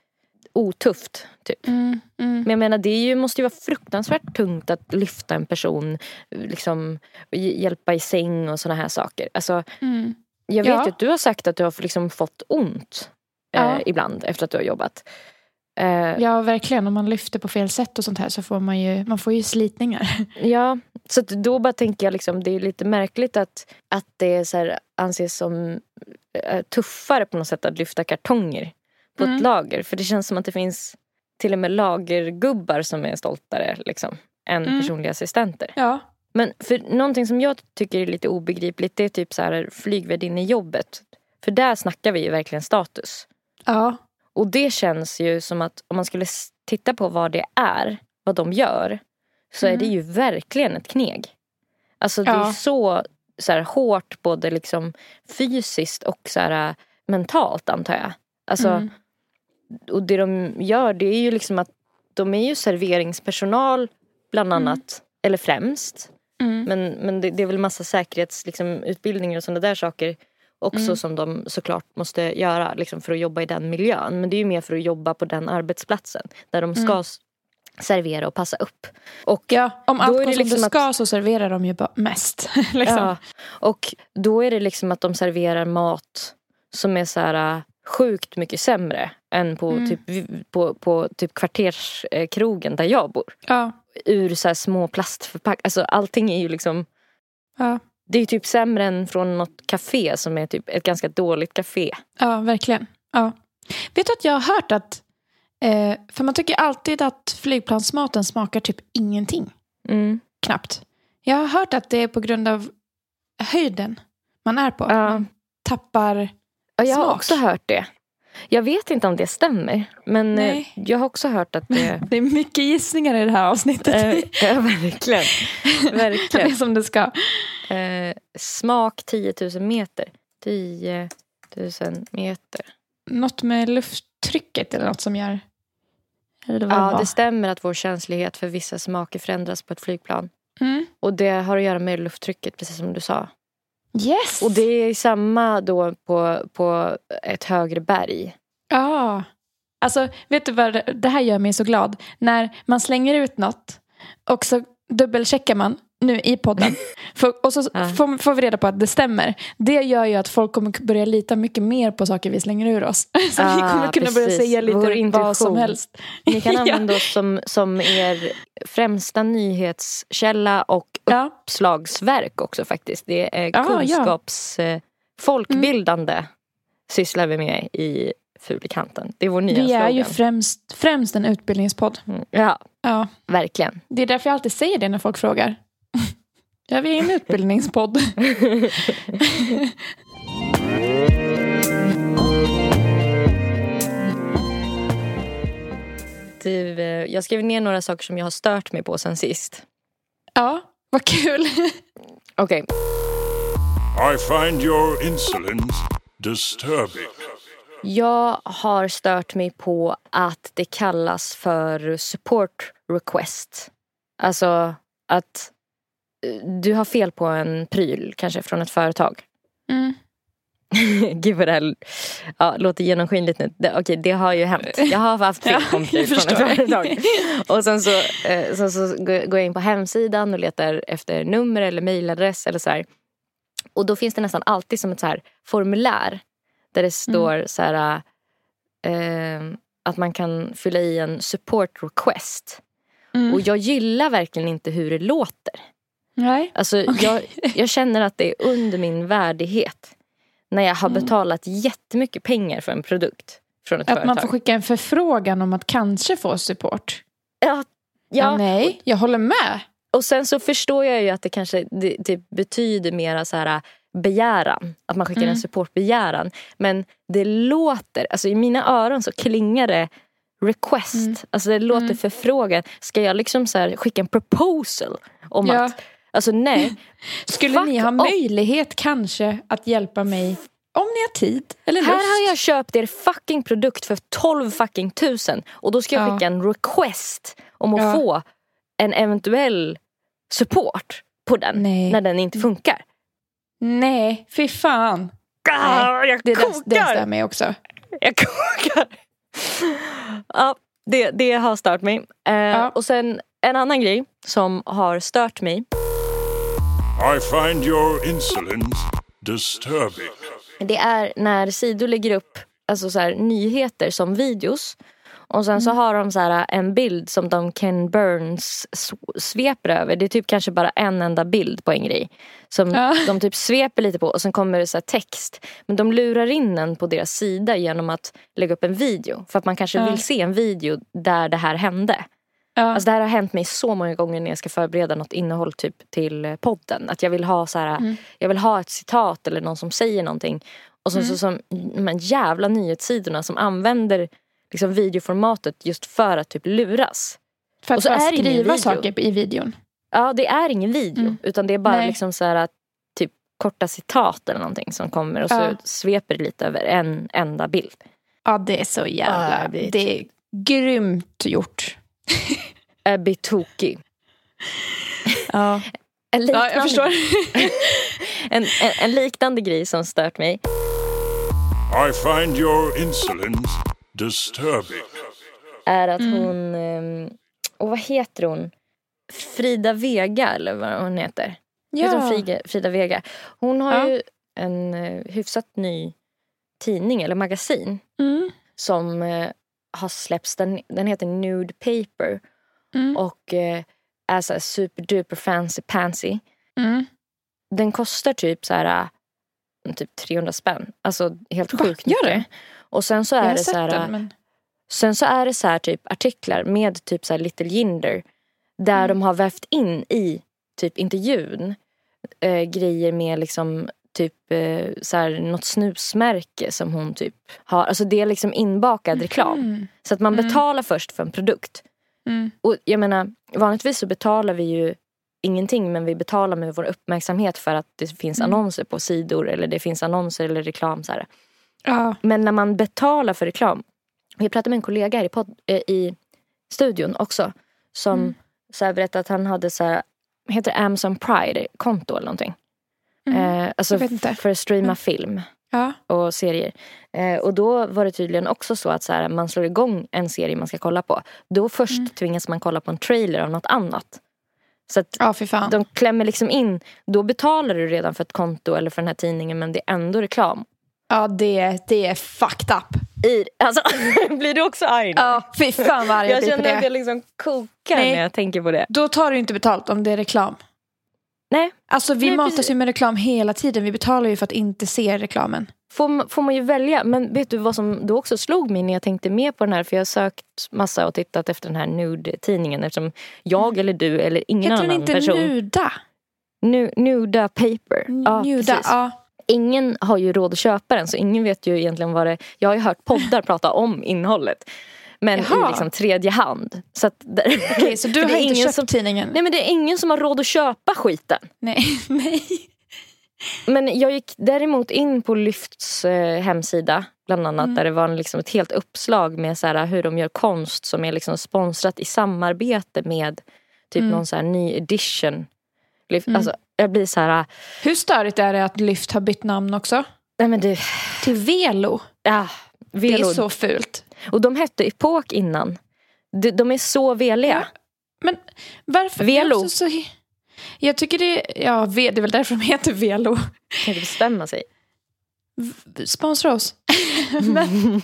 otufft typ. Mm, mm. Men jag menar det är ju, måste ju vara fruktansvärt tungt att lyfta en person, liksom hjälpa i säng och såna här saker. Alltså mm. jag vet ja. att du har sagt att du har liksom fått ont ja. eh, ibland efter att du har jobbat. Eh, ja, verkligen. Om man lyfter på fel sätt och sånt här så får man ju, man får ju slitningar. Ja, så att då bara tänker jag liksom, det är lite märkligt att, att det så här anses som eh, tuffare på något sätt att lyfta kartonger på mm. ett lager. För det känns som att det finns till och med lagergubbar som är stoltare liksom, än mm. personliga assistenter. Ja. Men för någonting som jag tycker är lite obegripligt, det är typ så här flygvärdinnejobbet. För där snackar vi ju verkligen status. Ja. Och det känns ju som att om man skulle titta på vad det är, vad de gör, så mm. är det ju verkligen ett kneg. Alltså det ja. är så, så här, hårt både liksom fysiskt och så här, mentalt antar jag. Alltså, mm. och det de gör, det är ju liksom att de är ju serveringspersonal bland annat, mm. eller främst. Mm. Men, men det, det är väl massa säkerhets liksom, utbildningar och sådana där saker också mm. som de såklart måste göra liksom, för att jobba i den miljön. Men det är ju mer för att jobba på den arbetsplatsen där de ska mm. servera och passa upp. Och ja, om allt går som liksom det ska att, så serverar de ju mest. liksom. Ja, och då är det liksom att de serverar mat som är så här sjukt mycket sämre än på, mm. typ, på, på typ kvarterskrogen där jag bor. Ja. Ur så här små plastförpackningar. Alltså allting är ju liksom. Ja. Det är ju typ sämre än från något café som är typ ett ganska dåligt café. Ja, verkligen. Ja. Vet du att jag har hört att eh, för man tycker alltid att flygplansmaten smakar typ ingenting. Mm. Knappt. Jag har hört att det är på grund av höjden man är på. Ja. Man tappar ja, jag smak. har också hört det. Jag vet inte om det stämmer. Men Nej. jag har också hört att det. Det är mycket gissningar i det här avsnittet. Äh, ja, verkligen. Verkligen. Det är som det ska. Eh, smak tio tusen meter. tio tusen meter. Något med lufttrycket eller något som gör. Eller det ja, det stämmer att vår känslighet för vissa smaker förändras på ett flygplan. Mm. Och det har att göra med lufttrycket, precis som du sa. Yes. Och det är samma då på, på ett högre berg. Ja. Alltså, vet du vad det här gör mig så glad? När man slänger ut något och så dubbelcheckar man nu i podden. För, och så ja. får, får vi reda på att det stämmer. Det gör ju att folk kommer börja lita mycket mer på saker vi slänger ur oss. Så ah, vi kommer kunna precis. börja säga lite vad som helst. Ni kan använda ja. oss som, som er främsta nyhetskälla och ja. uppslagsverk också faktiskt. Det är ah, kunskaps ja. folkbildande mm. sysslar vi med i Fulikanten. Det är vår nya Vi slogan. är ju främst, främst en utbildningspodd. Mm. Ja, ja, verkligen. Det är därför jag alltid säger det när folk frågar. Ja, vi är en utbildningspodd. Du, jag skrev ner några saker som jag har stört mig på sen sist. Ja, vad kul. Okej. Okay. I find your insolence disturbing. Jag har stört mig på att det kallas för support request. Alltså att du har fel på en pryl, kanske från ett företag. Mm. Gud vad det här ja, låter genomskinligt nu. Det, okej, det har ju hänt. Jag har haft fel på en pryl från ett företag. Och sen så, eh, så, så går jag in på hemsidan och letar efter nummer eller mejladress eller så här. Och då finns det nästan alltid som ett så här formulär Där det står mm. så här eh, att man kan fylla i en support request. Mm. Och jag gillar verkligen inte hur det låter. Nej. Alltså okay. jag, jag känner att det är under min värdighet. När jag har mm. betalat jättemycket pengar för en produkt från ett att företag. Man får skicka en förfrågan om att kanske få support. Ja, ja. ja nej, jag håller med. Och sen så förstår jag ju att det kanske det, det betyder mera så här begäran. Att man skickar mm. en supportbegäran. Men det låter, alltså i mina öron så klingar det request. Mm. Alltså det låter mm. förfrågan. Ska jag liksom så här skicka en proposal om ja. att, alltså nej. Skulle ni ha up. möjlighet kanske att hjälpa mig om ni har tid eller lust? Här har jag köpt er fucking produkt för tolv fucking tusen. Och då ska jag skicka ja. en request om att ja. få en eventuell support på den. Nej. När den inte funkar. Nej, fy fan. Ah, Nej, jag det, kokar. Det stör mig också. Jag kokar. Ja, det, det har stört mig. Eh, ja. Och sen en annan grej som har stört mig. I find your insolence disturbing. Det är när sidor lägger upp alltså så här, nyheter som videos. Och sen mm. så har de så här en bild som de Ken Burns sveper över. Det är typ kanske bara en enda bild på en grej. Som ja. de typ sveper lite på. Och sen kommer det så här text. Men de lurar in den på deras sida genom att lägga upp en video. För att man kanske ja. vill se en video där det här hände. Ja. Alltså det här har hänt mig så många gånger när jag ska förbereda något innehåll typ till podden. Att jag vill ha så här, mm. jag vill ha ett citat eller någon som säger någonting. Och så, mm. så som de här jävla nyhetssidorna som använder liksom videoformatet just för att typ luras. För att och så bara är skriva saker i videon. Ja, det är ingen video. Mm. Utan det är bara Nej. liksom så här typ korta citat eller någonting som kommer. Och så ja. sveper det lite över en enda bild. Ja, det är så jävla... Ja, det, är... det är grymt gjort. Är bitokig. Ja. En liknande... ja, jag förstår. en, en, en liknande grej som stört mig. I find your insolence disturbing. Är att mm. hon... Och vad heter hon? Frida Vega, eller vad hon heter. Ja. Heter hon Frida, Frida Vega. Hon har ja. ju en uh, hyfsat ny tidning eller magasin. Mm. Som uh, har släppts. Den, den heter Nude Paper. Mm. Och uh, är så här super duper fancy pansy. Mm. Den kostar typ så här uh, typ trehundra spänn. Alltså helt Va? sjukt Gör det? Och sen så är det så här den, men... sen så är det så här typ artiklar med typ så här Little Jinder där mm. de har vävt in i typ intervjun äh, grejer med liksom typ äh, så här något snusmärke som hon typ har, alltså det är liksom inbakad mm. reklam. Så att man mm. betalar först för en produkt. Mm. Och jag menar, vanligtvis så betalar vi ju ingenting, men vi betalar med vår uppmärksamhet för att det finns mm. annonser på sidor eller det finns annonser eller reklam så här. Ja. Men när man betalar för reklam. Jag pratade med en kollega här i, podd, äh, i studion också. Som mm. så här berättade att han hade så här, heter Amazon Pride-konto eller någonting. Mm. Eh, alltså f- för att streama mm. film ja. och serier. Eh, och då var det tydligen också så att så här, man slår igång en serie man ska kolla på. Då först mm. tvingas man kolla på en trailer av något annat. Så att ja, fy fan. De klämmer liksom in. Då betalar du redan för ett konto eller för den här tidningen, men det är ändå reklam. Ja, det, det är fucked up. I, alltså, blir du också arg? Ja, fy fan vad arg jag Jag blir på känner det. att jag liksom kokar Nej. när jag tänker på det. Då tar du inte betalt om det är reklam. Nej. Alltså vi Nej, matas precis. ju med reklam hela tiden. Vi betalar ju för att inte se reklamen. Får, får man ju välja. Men vet du vad som då också slog mig när jag tänkte mer på den här? För jag har sökt massa och tittat efter den här nude-tidningen. Eftersom jag eller du eller ingen Heter annan person. Heter den inte Nuda? Nu, nuda Paper. Ja, Nuda, precis. ja. Ingen har ju råd att köpa den, så ingen vet ju egentligen vad det... Jag har ju hört poddar prata om innehållet. Men Jaha. i liksom tredje hand. Så, att där, Okej, så du har inte köpt som, tidningen? Nej, men det är ingen som har råd att köpa skiten. Nej, nej. Men jag gick däremot in på Lyfts eh, hemsida bland annat, mm. där det var liksom ett helt uppslag med så här, hur de gör konst som är liksom sponsrat i samarbete med typ mm. någon så här ny edition. Lyft, mm. Alltså, jag blir så här... Hur störigt är det att Lyft har bytt namn också? Nej, men det... Till Velo. Ja, Velo. Det är så fult. Och de hette Epok innan. De, de är så veliga. Ja, men varför? Velo. Så... Jag tycker det... Ja, det är väl därför de heter Velo. Kan inte bestämma sig. v- sponsra oss. men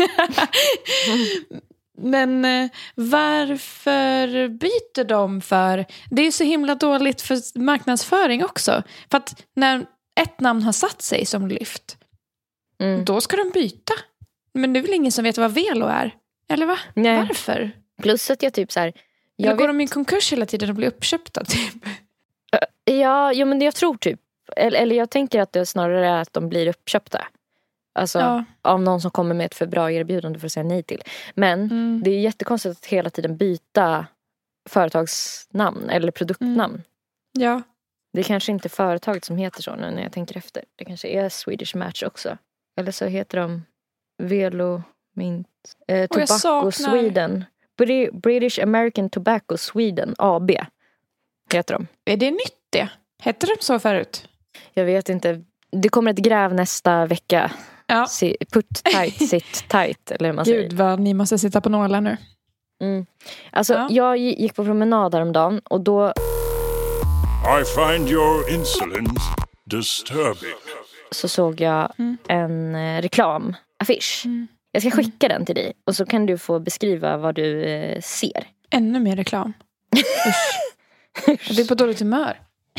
men eh, varför byter de för... Det är ju så himla dåligt för marknadsföring också. För att när ett namn har satt sig som Lyft, mm. då ska de byta. Men det är väl ingen som vet vad Velo är? Eller va? Nej. Varför? Plus att jag typ så här... Jag Eller går vet... de i konkurs hela tiden och blir uppköpta typ? Ja, jo, men jag tror typ... Eller, eller jag tänker att det snarare är att de blir uppköpta. Alltså ja. Av någon som kommer med ett för bra erbjudande för att säga nej till. Men mm. det är jättekonstigt att hela tiden byta företagsnamn eller produktnamn. Mm. Ja. Det är kanske inte företaget som heter så nu när jag tänker efter. Det kanske är Swedish Match också. Eller så heter de Velo Mint eh, Tobacco saknar... Sweden. British American Tobacco Sweden A B heter de. Är det nytt det? Hette de så förut? Jag vet inte. Det kommer ett gräv nästa vecka. Ja. Put tight, sit tight. Eller hur man Gud, säger. Gud vad ni måste sitta på nålar nu. Mm. Alltså ja. Jag gick på promenad häromdagen och då... I find your insolence disturbing. Så såg jag mm. en eh, reklamaffisch. Mm. Jag ska skicka mm. den till dig. Och så kan du få beskriva vad du eh, ser. Ännu mer reklam. Usch. Jag blir på dåligt humör.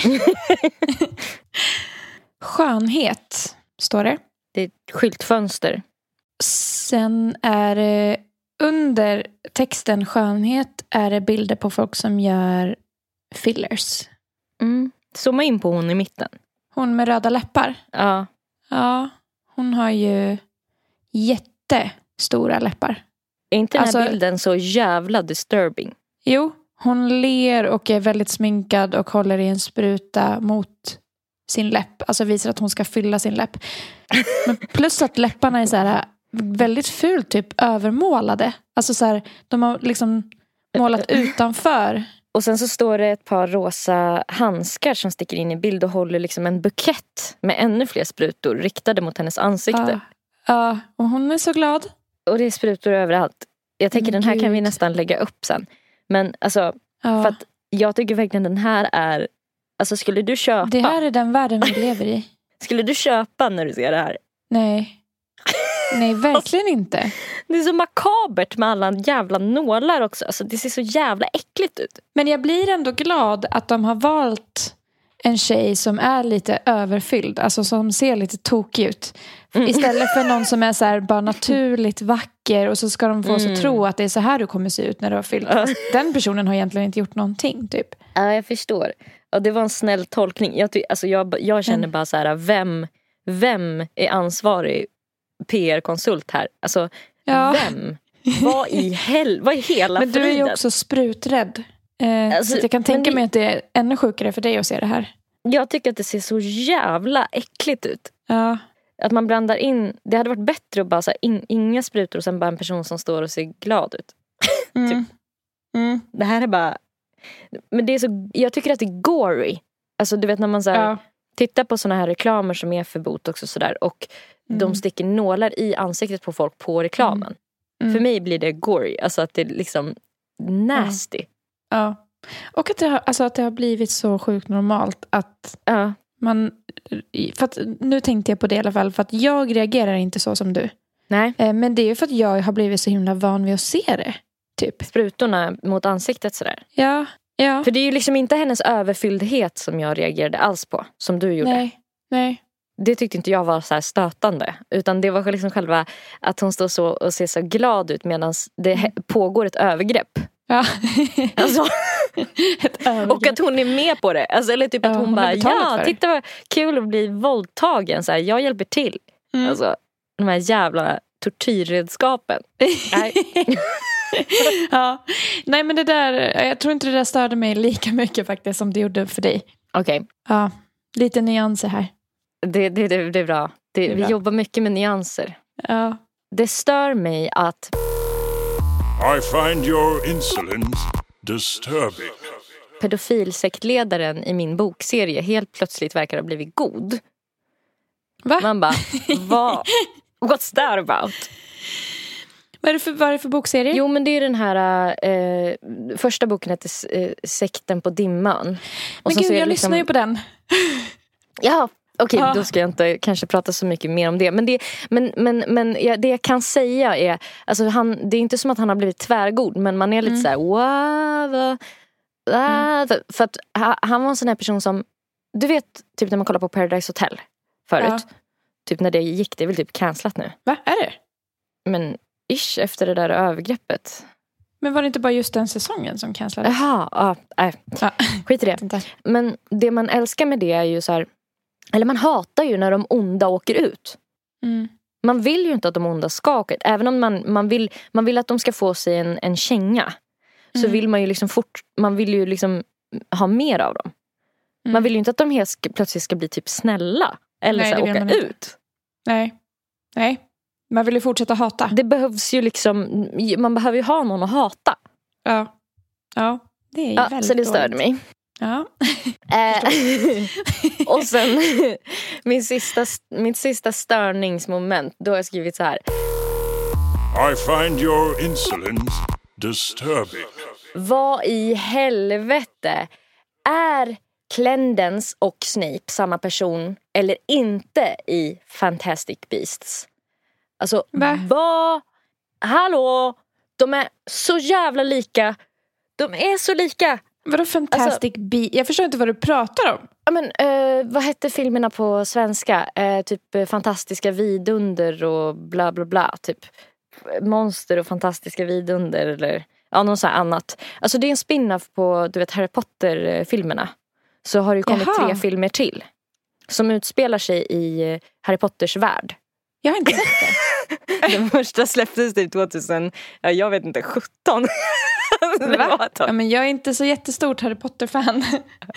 Skönhet, står det. Det är ett skyltfönster. Sen är det under texten skönhet är det bilder på folk som gör fillers. Mm. Zooma in på hon i mitten. Hon med röda läppar? Ja. Ja, hon har ju jättestora läppar. Är inte den här alltså, bilden så jävla disturbing? Jo, hon ler och är väldigt sminkad och håller i en spruta mot sin läpp. Alltså visar att hon ska fylla sin läpp. Men plus att läpparna är så här väldigt fult typ övermålade. Alltså så här, de har liksom målat utanför. Och sen så står det ett par rosa handskar som sticker in i bild och håller liksom en bukett med ännu fler sprutor riktade mot hennes ansikte. Ja, ja, och hon är så glad. Och det är sprutor överallt. Jag tänker Men den här Gud. kan vi nästan lägga upp sen. Men alltså, ja. För att jag tycker verkligen den här är... Alltså skulle du köpa... Det här är den världen vi lever i. Skulle du köpa när du ser det här? Nej. Nej, verkligen inte. Det är så makabert med alla jävla nålar också. Alltså det ser så jävla äckligt ut. Men jag blir ändå glad att de har valt en tjej som är lite överfylld. Alltså som ser lite tokig ut. Mm. Istället för någon som är så här bara naturligt vacker. Och så ska de få oss mm. att tro att det är så här du kommer se ut när du har fyllt. Fast den personen har egentligen inte gjort någonting typ. Ja, jag förstår. Och det var en snäll tolkning. Jag, ty- alltså jag, jag känner bara så här, vem, vem är ansvarig P R-konsult här? Alltså, ja. vem? Vad i hel- vad i hela Men friden? du är ju också spruträdd. Eh, alltså, så jag kan tänka det... mig att det är ännu sjukare för dig att se det här. Jag tycker att det ser så jävla äckligt ut. Ja. Att man blandar in, det hade varit bättre att bara så här, in, inga sprutor och sen bara en person som står och ser glad ut. Mm. typ. Mm. Det här är bara... Men det är så, jag tycker att det är gory. Alltså du vet när man så här, ja. tittar på såna här reklamer som är för botox och sådär. Och mm. de sticker nålar i ansiktet på folk på reklamen. Mm. Mm. För mig blir det gory. Alltså att det är liksom nasty. Ja. ja. Och att det, har, alltså att det har blivit så sjukt normalt att ja. man... För att, nu tänkte jag på det i alla fall. För att jag reagerar inte så som du. Nej. Men det är ju för att jag har blivit så himla van vid att se det. Typ. Sprutorna mot ansiktet sådär. Ja, ja. För det är ju liksom inte hennes överfylldhet som jag reagerade alls på. Som du gjorde. Nej, nej. Det tyckte inte jag var så här stötande. Utan det var liksom själva att hon står så och ser så glad ut medan det he- pågår ett övergrepp. Ja. Alltså. ett övergrepp. Och att hon är med på det. Alltså, eller typ att ja, hon, hon bara, ja för. titta vad kul att bli våldtagen. Så här, jag hjälper till. Mm. Alltså, de här jävla tortyrredskapen. Nej. ja. Nej men det där, jag tror inte det där störde mig lika mycket faktiskt som det gjorde för dig. Okej. Okay. Ja, lite nyanser här. Det, det, det, det är bra. Det, det är vi bra. Jobbar mycket med nyanser. Ja. Det stör mig att... I find your insolence disturbing. Pedofilsektledaren i min bokserie helt plötsligt verkar ha blivit god. Va? Man bara, vad? What's that about? Vad är det för, vad är det för bokserie? Jo men det är den här eh, första boken heter eh, Sekten på dimman. Och men gud, jag liksom... lyssnar ju på den. Ja, Okej, Ja. då ska jag inte kanske prata så mycket mer om det. Men det, men, men, men ja, det jag kan säga är, alltså han, det är inte som att han har blivit tvärgod, men man är lite mm. så här, wow, mm. för, för att han var en sån här person som, du vet, typ när man kollar på Paradise Hotel förut, ja. Typ när det gick, det är väl typ cancelat nu. Va, är det? Men ish, efter det där övergreppet. Men var det inte bara just den säsongen som cancelades? Jaha, ja, äh, ja. Skit i det. Men det man älskar med det är ju så här, eller man hatar ju när de onda åker ut. Mm. Man vill ju inte att de onda ska åka ut. Även om man, man, vill, man vill att de ska få sig en, en känga. Så mm. vill man ju liksom fort, man vill ju liksom ha mer av dem. Mm. Man vill ju inte att de helt ska, plötsligt ska bli typ snälla. Eller Nej, så här, åka ut. Nej, nej. Man vill ju fortsätta hata. Det behövs ju liksom, man behöver ju ha någon att hata. Ja, ja det är ju ja, väldigt så det störde mig. Ja. Och sen min sista, mitt sista störningsmoment, då har jag skrivit så här. I find your insolence disturbing. Vad i helvete är Clendens och Snape samma person eller inte i Fantastic Beasts? Alltså, vad? Hallå? De är så jävla lika. De är så lika. Vadå Fantastic alltså, Beasts? Jag förstår inte vad du pratar om. Ja, men uh, vad hette filmerna på svenska? Uh, typ uh, Fantastiska vidunder och bla bla bla. Typ Monster och Fantastiska vidunder eller ja, något så här annat. Alltså det är en spin-off på, du vet, Harry Potter-filmerna. Så har det kommit Jaha. tre filmer till. Som utspelar sig i Harry Potters värld. Jag har inte sett det. Den första släpptes typ tvåtusen, ja, jag vet inte, sjutton. Va? Ja, men jag är inte så jättestort Harry Potter-fan.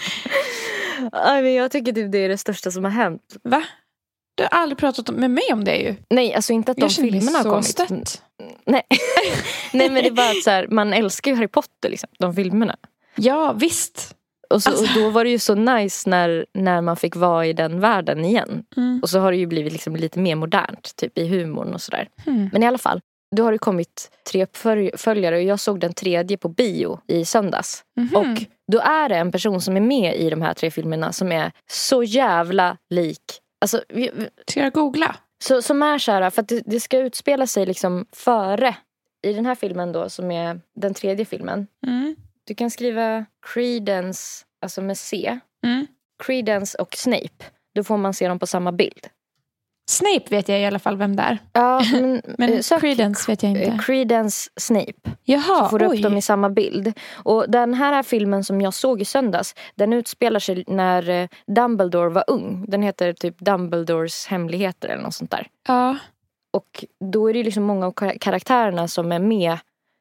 Ja, men jag tycker typ det är det största som har hänt. Va? Du har aldrig pratat med mig om det ju. Nej, alltså inte att de filmerna har kommit. Stött. Nej. Nej, men det är bara att så här, man älskar ju Harry Potter liksom, de filmerna. Ja, visst. Och, så, alltså. och då var det ju så nice när, när man fick vara i den världen igen. Mm. Och så har det ju blivit liksom lite mer modernt, typ i humorn och sådär. Mm. Men i alla fall, då har det kommit tre uppföljare och jag såg den tredje på bio i söndags. Mm-hmm. Och då är det en person som är med i de här tre filmerna som är så jävla lik. Alltså, vi, vi, ska jag googla? Så, som är så här, för att det, det ska utspela sig liksom före. I den här filmen då, som är den tredje filmen. Mm. Du kan skriva Credence, alltså med C. Mm. Credence och Snape. Då får man se dem på samma bild. Snape vet jag i alla fall vem det är. Ja, men, men Credence vet jag inte. Credence Snape. Jaha, så får du oj. upp dem i samma bild. Och den här filmen som jag såg i söndags, den utspelar sig när Dumbledore var ung. Den heter typ Dumbledores hemligheter eller något sånt där. Ja. Och då är det liksom många av karaktärerna som är med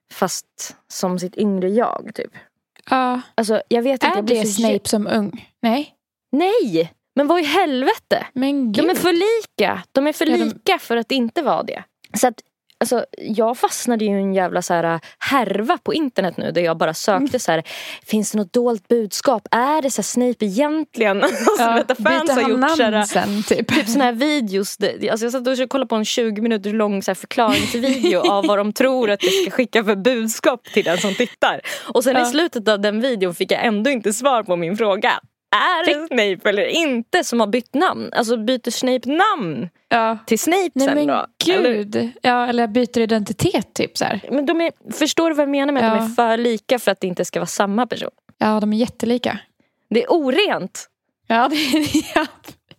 fast som sitt yngre jag typ. Ja. Alltså, jag vet inte, är jag det så Snape j- som ung? Nej. Nej, men vad i helvete? Men gud. De är för lika. De är för ja, de... lika för att inte vara det. Så att, alltså, jag fastnade ju en jävla så här härva på internet nu där jag bara sökte så här, finns det något dolt budskap? Är det så här Snape egentligen? Alltså, ja, vet, fans har gjort så här, sen, typ. typ såna här videos. Alltså, jag satt och kollade på en tjugo minuter lång så här förklaringsvideo av vad de tror att det ska skicka för budskap till den som tittar. Och sen ja. i slutet av den videon fick jag ändå inte svar på min fråga. Är det Snape eller inte som har bytt namn? Alltså byter Snape namn ja. till Snape Nej, sen men då? Gud. Eller? Ja, eller byter identitet typ så här. Men de är, förstår du vad jag menar med ja. att de är för lika för att det inte ska vara samma person? Ja, de är jättelika. Det är orent. Ja, det är ja.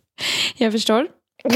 Jag förstår.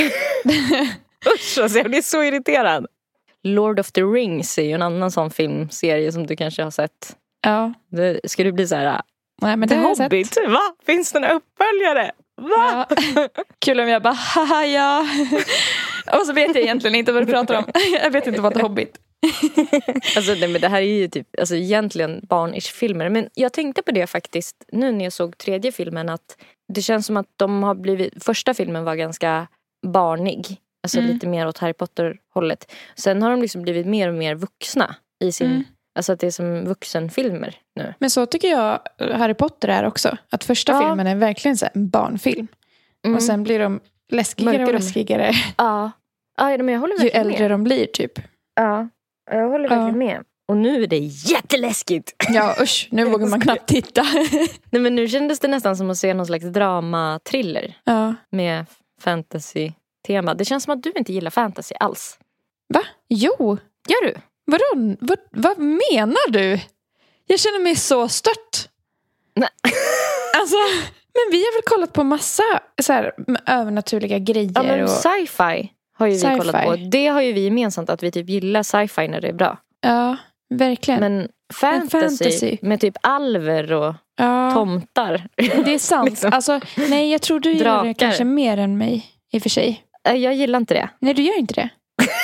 Usch, alltså, jag blir så irriterad. Lord of the Rings är ju en annan sån filmserie som du kanske har sett. Ja. Det, ska du bli så här... Nej, men The det har Hobbit, va? Finns det några uppföljare? Va? Ja. Kul om jag bara, haha ja. Och så vet jag egentligen inte vad du pratar om. Jag vet inte vad The Hobbit. Alltså nej, men det här är ju typ alltså, egentligen barnish filmer. Men jag tänkte på det faktiskt nu när jag såg tredje filmen. Att det känns som att de har blivit... Första filmen var ganska barnig. Alltså mm. lite mer åt Harry Potter-hållet. Sen har de liksom blivit mer och mer vuxna i sin... Mm. Alltså att det är som vuxenfilmer nu. Men så tycker jag Harry Potter är också. Att första ja. filmen är verkligen så en barnfilm. Mm. Och sen blir de läskigare Mörker och läskigare. Ja. Ja, men jag håller verkligen ju äldre med. de blir typ. Ja, jag håller verkligen ja. med. Och nu är det jätteläskigt. Ja, usch. Nu vågar man knappt titta. Nej, men nu kändes det nästan som att se någon slags drama-thriller. Ja. Med fantasy-tema. Det känns som att du inte gillar fantasy alls. Va? Jo. Gör du? Vadå? Vad, vad menar du? Jag känner mig så stört. Nej. Alltså, men vi har väl kollat på massa så här, övernaturliga grejer. Ja, men och... sci-fi har ju vi Sci-fi. kollat på. Det har ju vi gemensamt, att vi typ gillar sci-fi när det är bra. Ja, verkligen. Men fantasy, fantasy. med typ alver och ja, tomtar. det är sant. liksom. Alltså, nej, jag tror du gillar det Drakar. kanske mer än mig i och för sig. Jag gillar inte det. Nej, du gör inte det.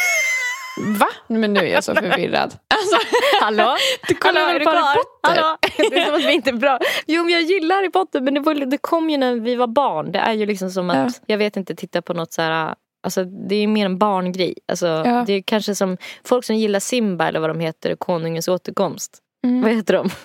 Va? Men nu är jag så förvirrad. Alltså, hallå? Du kollar Hallå, väl är på du Harry kvar? Potter? Hallå? Det är som att vi inte är bra. Jo, men jag gillar Harry Potter, men det, var, det kom ju när vi var barn. Det är ju liksom som att, Ja. jag vet inte, titta på något så här. Alltså, det är mer en barngrej. Alltså, Ja. det är kanske som folk som gillar Simba eller vad de heter, Konungens återkomst. Mm. Vad heter de?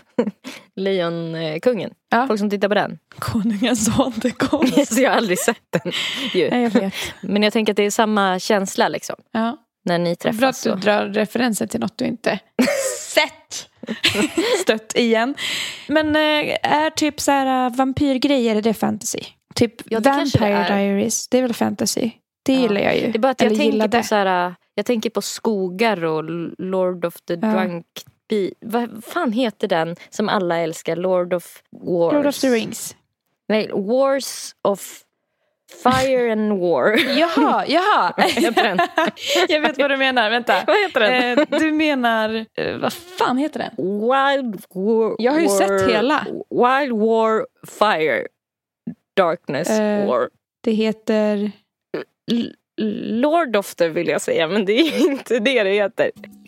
Lejonkungen. Ja. Folk som tittar på den. Konungens återkomst. Så jag har aldrig sett den. Ju. Nej, jag vet. Men jag tänker att det är samma känsla liksom. Ja. När ni Bra att träffas. du Så. drar referenser till något du inte sett. Stött igen. Men äh, är typ så här äh, vampyrgrejer, är det fantasy? Typ Ja, det kanske det Vampire är. Diaries, det är väl fantasy? Det Ja. gillar jag ju. Det är bara att jag Eller tänker gillade. på så här, jag tänker på skogar och Lord of the Ja. Drunk Bee. Vad fan heter den som alla älskar? Lord of Wars. Lord of the Rings. Nej, Wars of Fire and War. Jaha, jaha. heter den? Jag vet vad du menar, vänta. Vad heter den? Eh, du menar, eh, vad fan heter den? Wild War. Jag har ju War, sett hela. Wild War Fire. Darkness Eh. War. Det heter... L- Lord of the vill jag säga, men det är inte det det heter.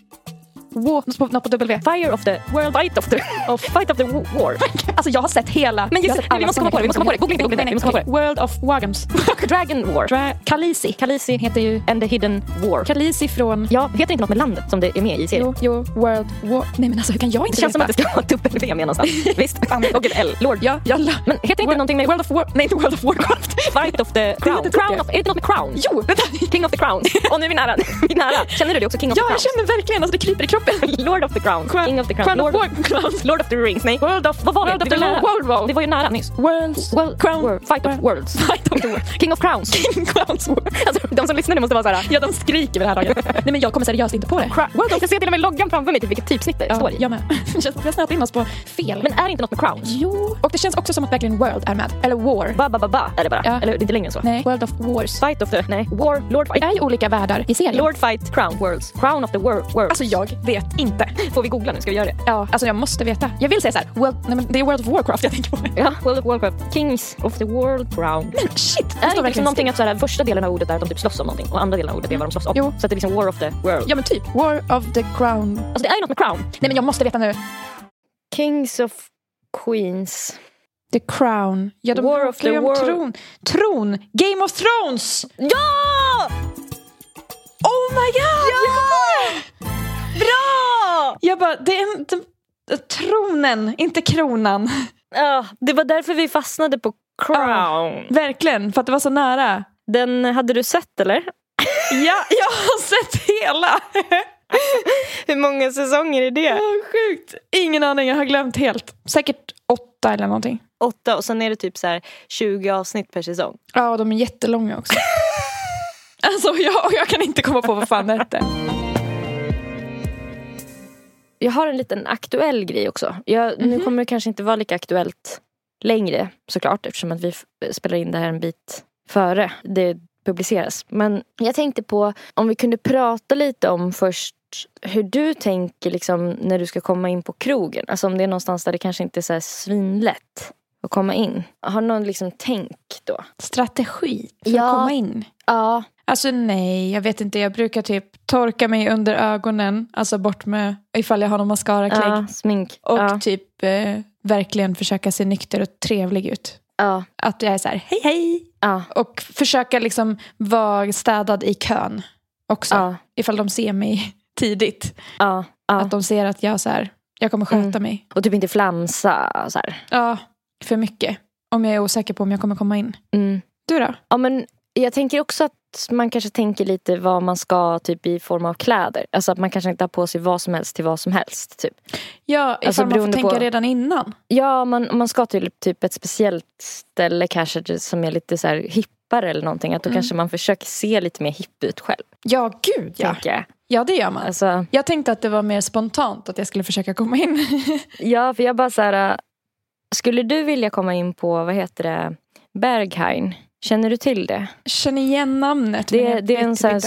War, något på W. Fire of the World Fight of the of Fight of the War. Alltså jag har sett hela. Men Jag har just sett det, vi alla måste komma på det, vi måste komma på det. Googla inte, googla inte, vi måste komma på det. World of Wagams. Dragon War. Dra- Khaleesi. Khaleesi heter ju And the Hidden War. Khaleesi från... Ja, heter inte något med landet som det är med i serien? Jo, jo, World War... Nej men alltså hur kan jag inte Det känns som veta? att det ska vara dubbel-V med någonstans. Visst? Och ett L. Lord. Ja, jalla. Men heter inte World- någonting med World of War... Nej, inte World of Warcraft. Fight of the Crown? heter Crown det. of... Är det något med Crown? Jo, vänta. King of the Crown. Och nu är vi nära. Vi är nära. Känner du det också? King of Ja, the jag Crown? känner verkligen, alltså det kryper i kroppen. Lord of the Crown. Crown- King of the Crown. Crown of Lord, War- Crowns. Lord of the Rings. Nej. World of... Vad var det? World of Det the var nära. World War. Det var ju nära nyss. Worlds... World, Crown... War, Fight of Worlds. Fight of the World. King of Crowns. King Crowns War. Alltså, de som lyssnar nu måste vara så här. Ja, de skriker vid det här laget. Nej men jag kommer seriöst inte på det. Crown. World of... Jag ser till och med loggan framför mig till vilket typsnitt det Ja, står i. jag med. Det känns som att vi har snöat in oss på fel. Men är det inte något med Crown? Jo. Och det känns också som att verkligen World är med. Eller War. Ba, ba, ba, ba är det bara. Ja. Eller det är inte längre än så. Nej. World of Wars. Fight of the... Nej. War. Lord Det Fight. är ju olika världar i serien. Lord Fight. Crown. Worlds. Crown of the World. World. Alltså jag vet inte. Får vi googla nu? Ska vi göra det? Ja, alltså jag måste veta. Jag vill säga så här, World, nej men det är World of Warcraft jag tänker på. Ja. World of Warcraft. Kings of the World Crown. Men shit, det Är det står inte liksom verkligen någonting att så här, första delen av ordet är att de typ slåss om någonting och andra delen av ordet är vad de slåss om? Jo. Så att det är liksom War of the World. Ja men typ, War of the Crown. Alltså det är ju något med Crown. Nej men jag måste veta nu. Kings of Queens. The Crown. Ja, de War of bråkar ju the om World. tron. Tron. Game of Thrones. Ja! Oh my god! Ja! Bra! Jag bara, det är inte tronen, inte kronan. Ja, det var därför vi fastnade på Crown. Verkligen, för att det var så nära. Den hade du sett eller? Ja, jag har sett hela. Hur många säsonger är det? Ja, sjukt. Ingen aning, jag har glömt helt. Säkert åtta eller någonting. Åtta och sen är det typ så här tjugo avsnitt per säsong. Ja, och de är jättelånga också. Alltså, jag, jag kan inte komma på vad fan det hette. Jag har en liten aktuell grej också. Jag, Mm-hmm. Nu kommer det kanske inte vara lika aktuellt längre såklart. Eftersom att vi f- spelar in det här en bit före det publiceras. Men jag tänkte på om vi kunde prata lite om först hur du tänker liksom, när du ska komma in på krogen. Alltså om det är någonstans där det kanske inte är så här svinlätt att komma in. Har någon liksom tänk då? Strategi för Ja. att komma in. Ja. Alltså nej, jag vet inte. Jag brukar typ torka mig under ögonen. Alltså bort med ifall jag har någon mascara-klägg. Ja, smink. Och ja. typ eh, verkligen försöka se nykter och trevlig ut. Ja. Att jag är så här, hej hej. Ja. Och försöka liksom vara städad i kön också. Ja. Ifall de ser mig tidigt. Ja. Ja. Att de ser att jag så här, jag kommer sköta Mm. mig. Och typ inte flamsa så här. Ja, för mycket. Om jag är osäker på om jag kommer komma in. Mm. Du då? Ja, men Jag tänker också att man kanske tänker lite vad man ska typ i form av kläder. Alltså att man kanske inte har på sig vad som helst till vad som helst typ. Ja, ifall alltså, man får tänka på, redan innan. Ja, man, man ska till typ ett speciellt ställe kanske som är lite så här hippare eller någonting. Att då mm. kanske man försöker se lite mer hipp ut själv. Ja, gud ja. Jag. Ja, det gör man. Alltså, jag tänkte att det var mer spontant att jag skulle försöka komma in. Ja, för jag bara så här, skulle du vilja komma in på, vad heter det, Berghain? Känner du till det? Känner igen namnet. Det, det är en sån här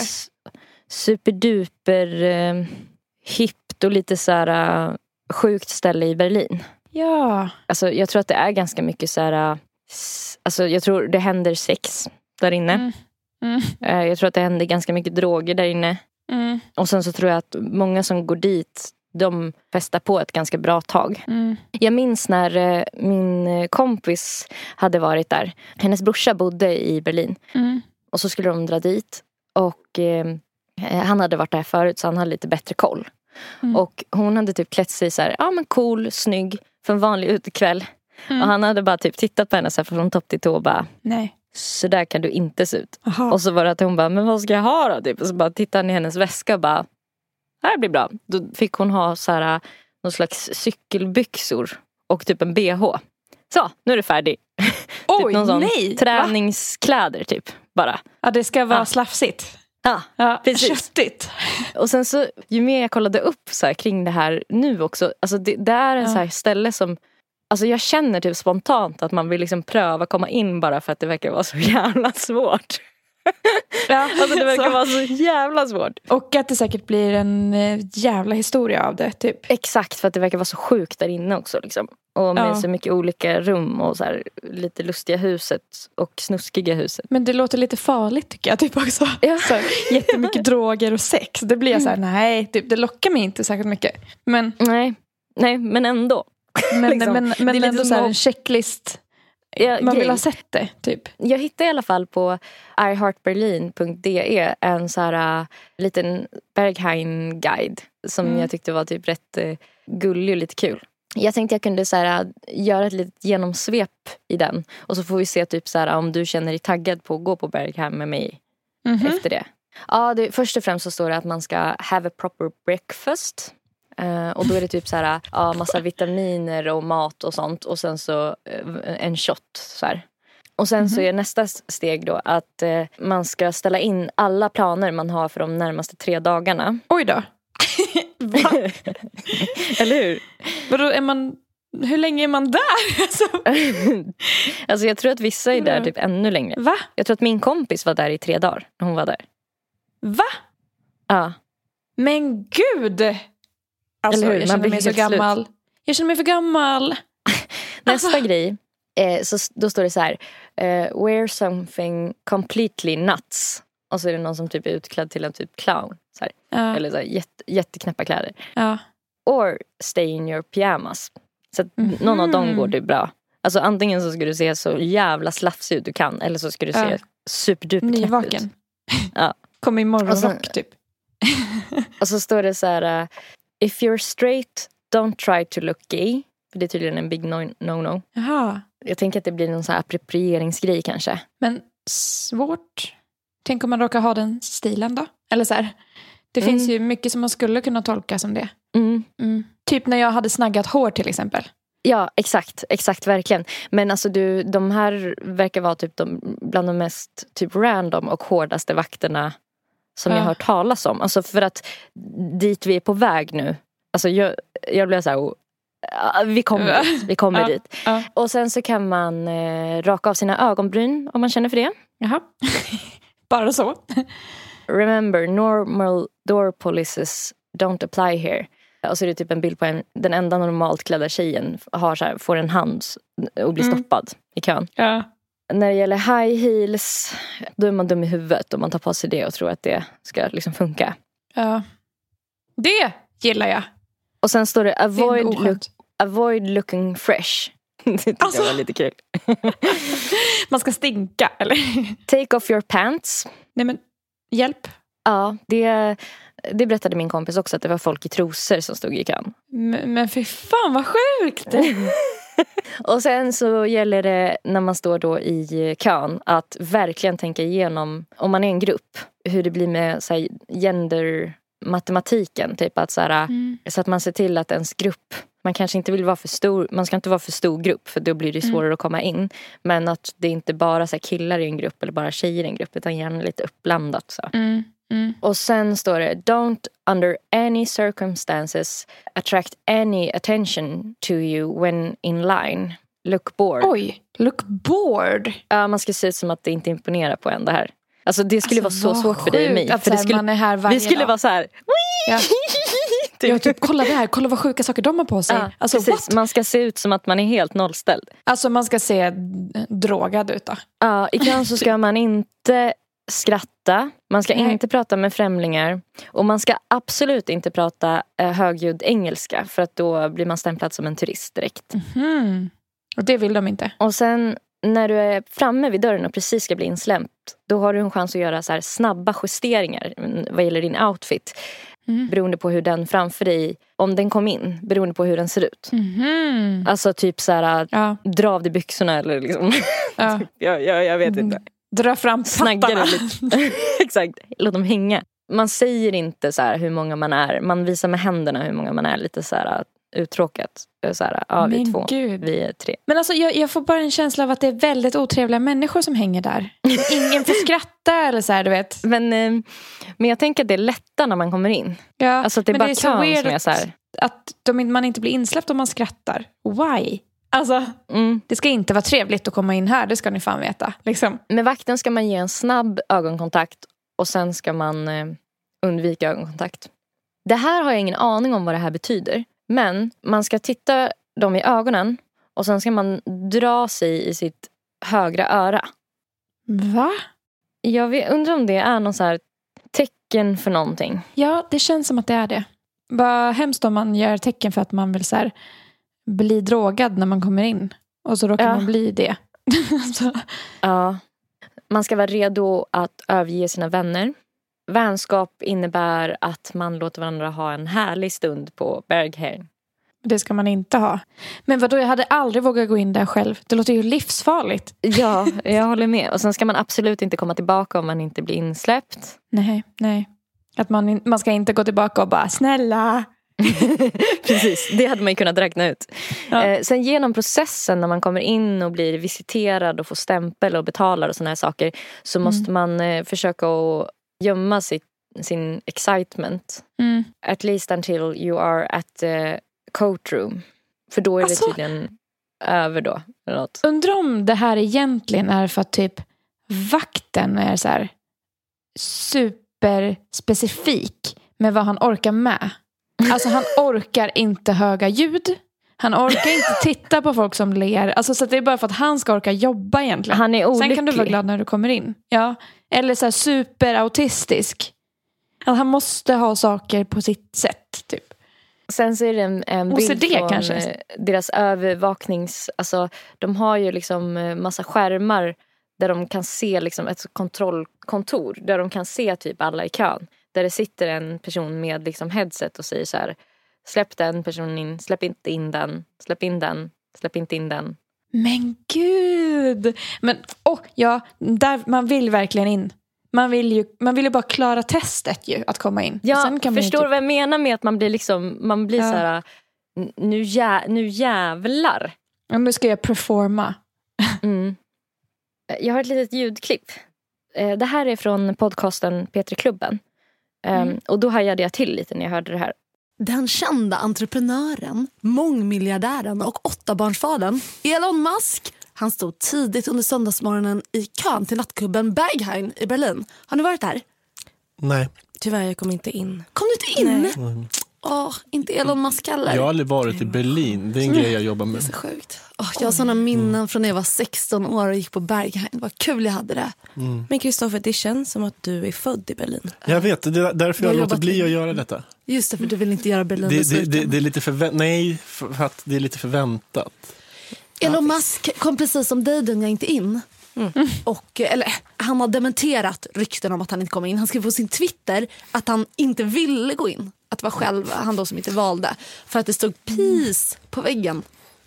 superduper eh, hippt och lite så här uh, sjukt ställe i Berlin. Ja. Alltså jag tror att det är ganska mycket så här, uh, alltså jag tror det händer sex där inne. Mm. Mm. Uh, jag tror att det händer ganska mycket droger där inne. Mm. Och sen så tror jag att många som går dit, de festar på ett ganska bra tag. Mm. Jag minns när eh, min kompis hade varit där. Hennes brorsa bodde i Berlin. Mm. Och så skulle de dra dit. Och eh, han hade varit där förut så han hade lite bättre koll. Mm. Och hon hade typ klätt sig så här, ja men cool, snygg, för en vanlig utekväll. Mm. Och han hade bara typ tittat på henne så här från topp till tå och bara, nej. Så där kan du inte se ut. Aha. Och så var det att hon bara, men vad ska jag ha då? Typ. Och så bara tittade han i hennes väska och bara, det här blir bra. Då fick hon ha så här, någon slags cykelbyxor och typ en B H. Så, nu är det färdig. Oj, typ någon sån nej! träningskläder typ, bara. Ja, det ska vara ja. slafsigt. Ja, ja precis. Köttigt. Och sen så, ju mer jag kollade upp så här, kring det här nu också. Alltså det, det är en ja. så här ställe som, alltså jag känner typ spontant att man vill liksom pröva komma in bara för att det verkar vara så jävla svårt. Ja, alltså det verkar så. vara så jävla svårt. Och att det säkert blir en jävla historia av det typ. Exakt, för att det verkar vara så sjukt där inne också liksom. Och med ja. så mycket olika rum och så här, lite lustiga huset och snuskiga huset. Men det låter lite farligt tycker jag typ också. Ja. Så här, jättemycket droger och sex. Det blir jag så här, nej, typ, det lockar mig inte särskilt mycket. Men nej, nej men ändå. Men, liksom. men, men det är ändå så här en checklist. Ja, man vill grej. ha sett det typ. Jag hittade i alla fall på i heart berlin punkt d e en så här uh, liten Berghain-guide som mm. jag tyckte var typ rätt uh, gullig och lite kul. Jag tänkte jag kunde så här, uh, göra ett litet genomsvep i den. Och så får vi se typ så här, om du känner dig taggad på att gå på Berghain med mig mm-hmm. efter det. Ja, det, först och främst så står det att man ska have a proper breakfast. Uh, och då är det typ så här, ja, massa vitaminer och mat och sånt. Och sen så uh, en shot så här. Och sen mm-hmm. så är nästa steg då att uh, man ska ställa in alla planer man har för de närmaste tre dagarna. Oj då. Eller hur? Vadå, är man, hur länge är man där? Alltså. Alltså jag tror att vissa är där typ ännu längre. Va? Jag tror att min kompis var där i tre dagar när hon var där. Va? Ja. Men gud! Alltså, jag känner man mig så gammal. Slut. Jag känner mig för gammal. Nästa alltså. grej, eh, så, då står det så här. Eh, wear something completely nuts. Och så är det någon som typ är utklädd till en typ clown. Så här. Ja. Eller så här, jätte, jätteknäppa kläder. Ja. Or stay in your pyjamas. Så att mm-hmm. någon av dem går det bra. Alltså antingen så ska du se så jävla slafsig ut du kan. Eller så ska du se ja. superduper nyvaken. ut. Ja. Kom i morgonrock typ. Och så står det så här. Uh, if you're straight, don't try to look gay. För det är tydligen en big no-no. Jaha. Jag tänker att det blir någon så här approprieringsgrej kanske. Men svårt. Tänk om man råkar ha den stilen då? Eller så här. Det mm. finns ju mycket som man skulle kunna tolka som det. Mm. Mm. Typ när jag hade snaggat hår till exempel. Ja, exakt. Exakt, verkligen. Men alltså du, de här verkar vara typ de, bland de mest typ random och hårdaste vakterna som ja. jag har hört talas om. Alltså för att dit vi är på väg nu. Alltså jag, jag blev så här, oh, vi kommer dit. Vi kommer ja. dit. Ja. Och sen så kan man eh, raka av sina ögonbryn om man känner för det. Jaha. Bara så. Remember, normal door policies don't apply here. Och så är det typ en bild på en, den enda normalt klädda tjejen har så här, får en hand och blir mm. stoppad i kön. Ja. När det gäller high heels, då är man dum i huvudet om man tar på sig det och tror att det ska liksom funka. Ja. Det gillar jag. Och sen står det avoid, det look, avoid looking fresh. Det tycker alltså. jag var lite kul. Man ska stinka, eller? Take off your pants. Nej men, hjälp. Ja, det, det berättade min kompis också, att det var folk i trosor som stod i kön. Men, men för fan vad sjukt. Och sen så gäller det när man står då i kön att verkligen tänka igenom, om man är en grupp, hur det blir med så här, gendermatematiken. Typ att så, här, mm. så att man ser till att ens grupp, man kanske inte vill vara för stor, man ska inte vara för stor grupp för då blir det svårare mm. att komma in. Men att det inte bara så här, killar i en grupp eller bara tjejer i en grupp, utan gärna lite uppblandat så. Mm. Mm. Och sen står det: don't under any circumstances attract any attention to you when in line. Look bored. Oj, look bored. Ja, man ska se ut som att det inte imponerar på en det här. Alltså det skulle alltså, vara så svårt för dig och mig. Att för det skulle, man är här varje vi skulle dag. vara så här. Ja. Ja, typ, kolla det här, kolla vad sjuka saker de har på sig. Ja, alltså, precis. Man ska se ut som att man är helt nollställd. Alltså man ska se drogad ut då. Ja, i kön så ska man inte skratta. Man ska Nej. inte prata med främlingar. Och man ska absolut inte prata eh, högljudd engelska. För att då blir man stämplad som en turist direkt. Mm. Och det vill de inte. Och sen när du är framme vid dörren och precis ska bli insläppt, då har du en chans att göra så här snabba justeringar vad gäller din outfit. Mm. Beroende på hur den framför dig, om den kom in, beroende på hur den ser ut. Mm. Alltså typ så här, ja. dra av dig byxorna eller liksom. Ja. jag, jag, jag vet inte. Dra fram pattarna. Lite. Exakt, låt dem hänga. Man säger inte så här hur många man är. Man visar med händerna hur många man är. Lite så här uttråkat. Så här, ja, vi är två, Gud. vi är tre. Men alltså jag, jag får bara en känsla av att det är väldigt otrevliga människor som hänger där. Ingen får skratta eller så här, du vet. Men, eh, men jag tänker att det är lättare när man kommer in. Ja, alltså att det är men bara det är så kön weird som är så här. Att de, man inte blir insläppt om man skrattar. Why? Alltså, mm. det ska inte vara trevligt att komma in här. Det ska ni fan veta. Liksom. Med vakten ska man ge en snabb ögonkontakt. Och sen ska man eh, undvika ögonkontakt. Det här har jag ingen aning om vad det här betyder. Men man ska titta dem i ögonen. Och sen ska man dra sig i sitt högra öra. Va? Jag vet, undrar om det är någon så här tecken för någonting. Ja, det känns som att det är det. Vad hemskt om man gör tecken för att man vill så här bli drogad när man kommer in. Och så råkar ja. man bli det. så. Ja. Man ska vara redo att överge sina vänner. Vänskap innebär att man låter varandra ha en härlig stund på Berghain. Det ska man inte ha. Men vadå, jag hade aldrig vågat gå in där själv. Det låter ju livsfarligt. Ja, jag håller med. Och sen ska man absolut inte komma tillbaka om man inte blir insläppt. Nej, nej. Att man, man ska inte gå tillbaka och bara, snälla. Precis, det hade man ju kunnat räkna ut. Ja. Eh, sen genom processen när man kommer in och blir visiterad och får stämpel och betalar och såna här saker. Så mm. måste man eh, försöka att gömma sitt, sin excitement. Mm. At least until you are at the courtroom. För då är alltså, det tydligen över då. Eller något. Undrar om det här egentligen är för att typ vakten är så här superspecifik med vad han orkar med. Alltså han orkar inte höga ljud. Han orkar inte titta på folk som ler. Alltså så att det är bara för att han ska orka jobba egentligen. Han är olycklig. Sen kan du vara glad när du kommer in. Ja. Eller så här superautistisk. Att han måste ha saker på sitt sätt typ. Sen så är det en, en bild O C D, från kanske? Deras övervaknings... Alltså de har ju liksom massa skärmar där de kan se liksom ett kontrollkontor. Där de kan se typ alla i kön. Där det sitter en person med liksom headset och säger så här: släpp den personen in, släpp inte in den, släpp in den, släpp inte in den. Men gud! Men oh, ja, där, man vill verkligen in. Man vill ju, man vill ju bara klara testet ju, att komma in. Ja, sen kan förstår du typ... vad jag menar med att man blir liksom, man blir ja. så här, nu, jä, nu jävlar. Ja, nu ska jag performa. mm. Jag har ett litet ljudklipp. Det här är från podcasten P tre Klubben. Mm. Um, och då hajade jag till lite när jag hörde det här. Den kända entreprenören, mångmiljardären och åttabarnsfadern Elon Musk, han stod tidigt under söndagsmorgonen i kön till nattklubben Berghain i Berlin. Har ni varit där? Nej. Tyvärr, jag kom inte in. Kom du inte in? Nej. Åh, inte Elon Musk heller. Jag har aldrig varit i Berlin. Det är en grej jag jobbar med. Det är så sjukt. Åh, jag har sådana minnen mm. från när jag var sexton år och gick på Berghain. Vad kul jag hade det. Mm. Men Kristoffer, det känns som att du är född i Berlin. Jag vet, det är därför jag, jag låter bli att göra detta. Just det, för du vill inte göra Berlin. Det, det, det, det är lite förvä- Nej, för att det är lite förväntat. Elon Musk kom precis som dig den jag inte in. Mm. Och, eller, han har dementerat rykten om att han inte kom in. Han skrev på sin Twitter att han inte ville gå in. Att det var själv han då som inte valde. För att det stod peace på väggen.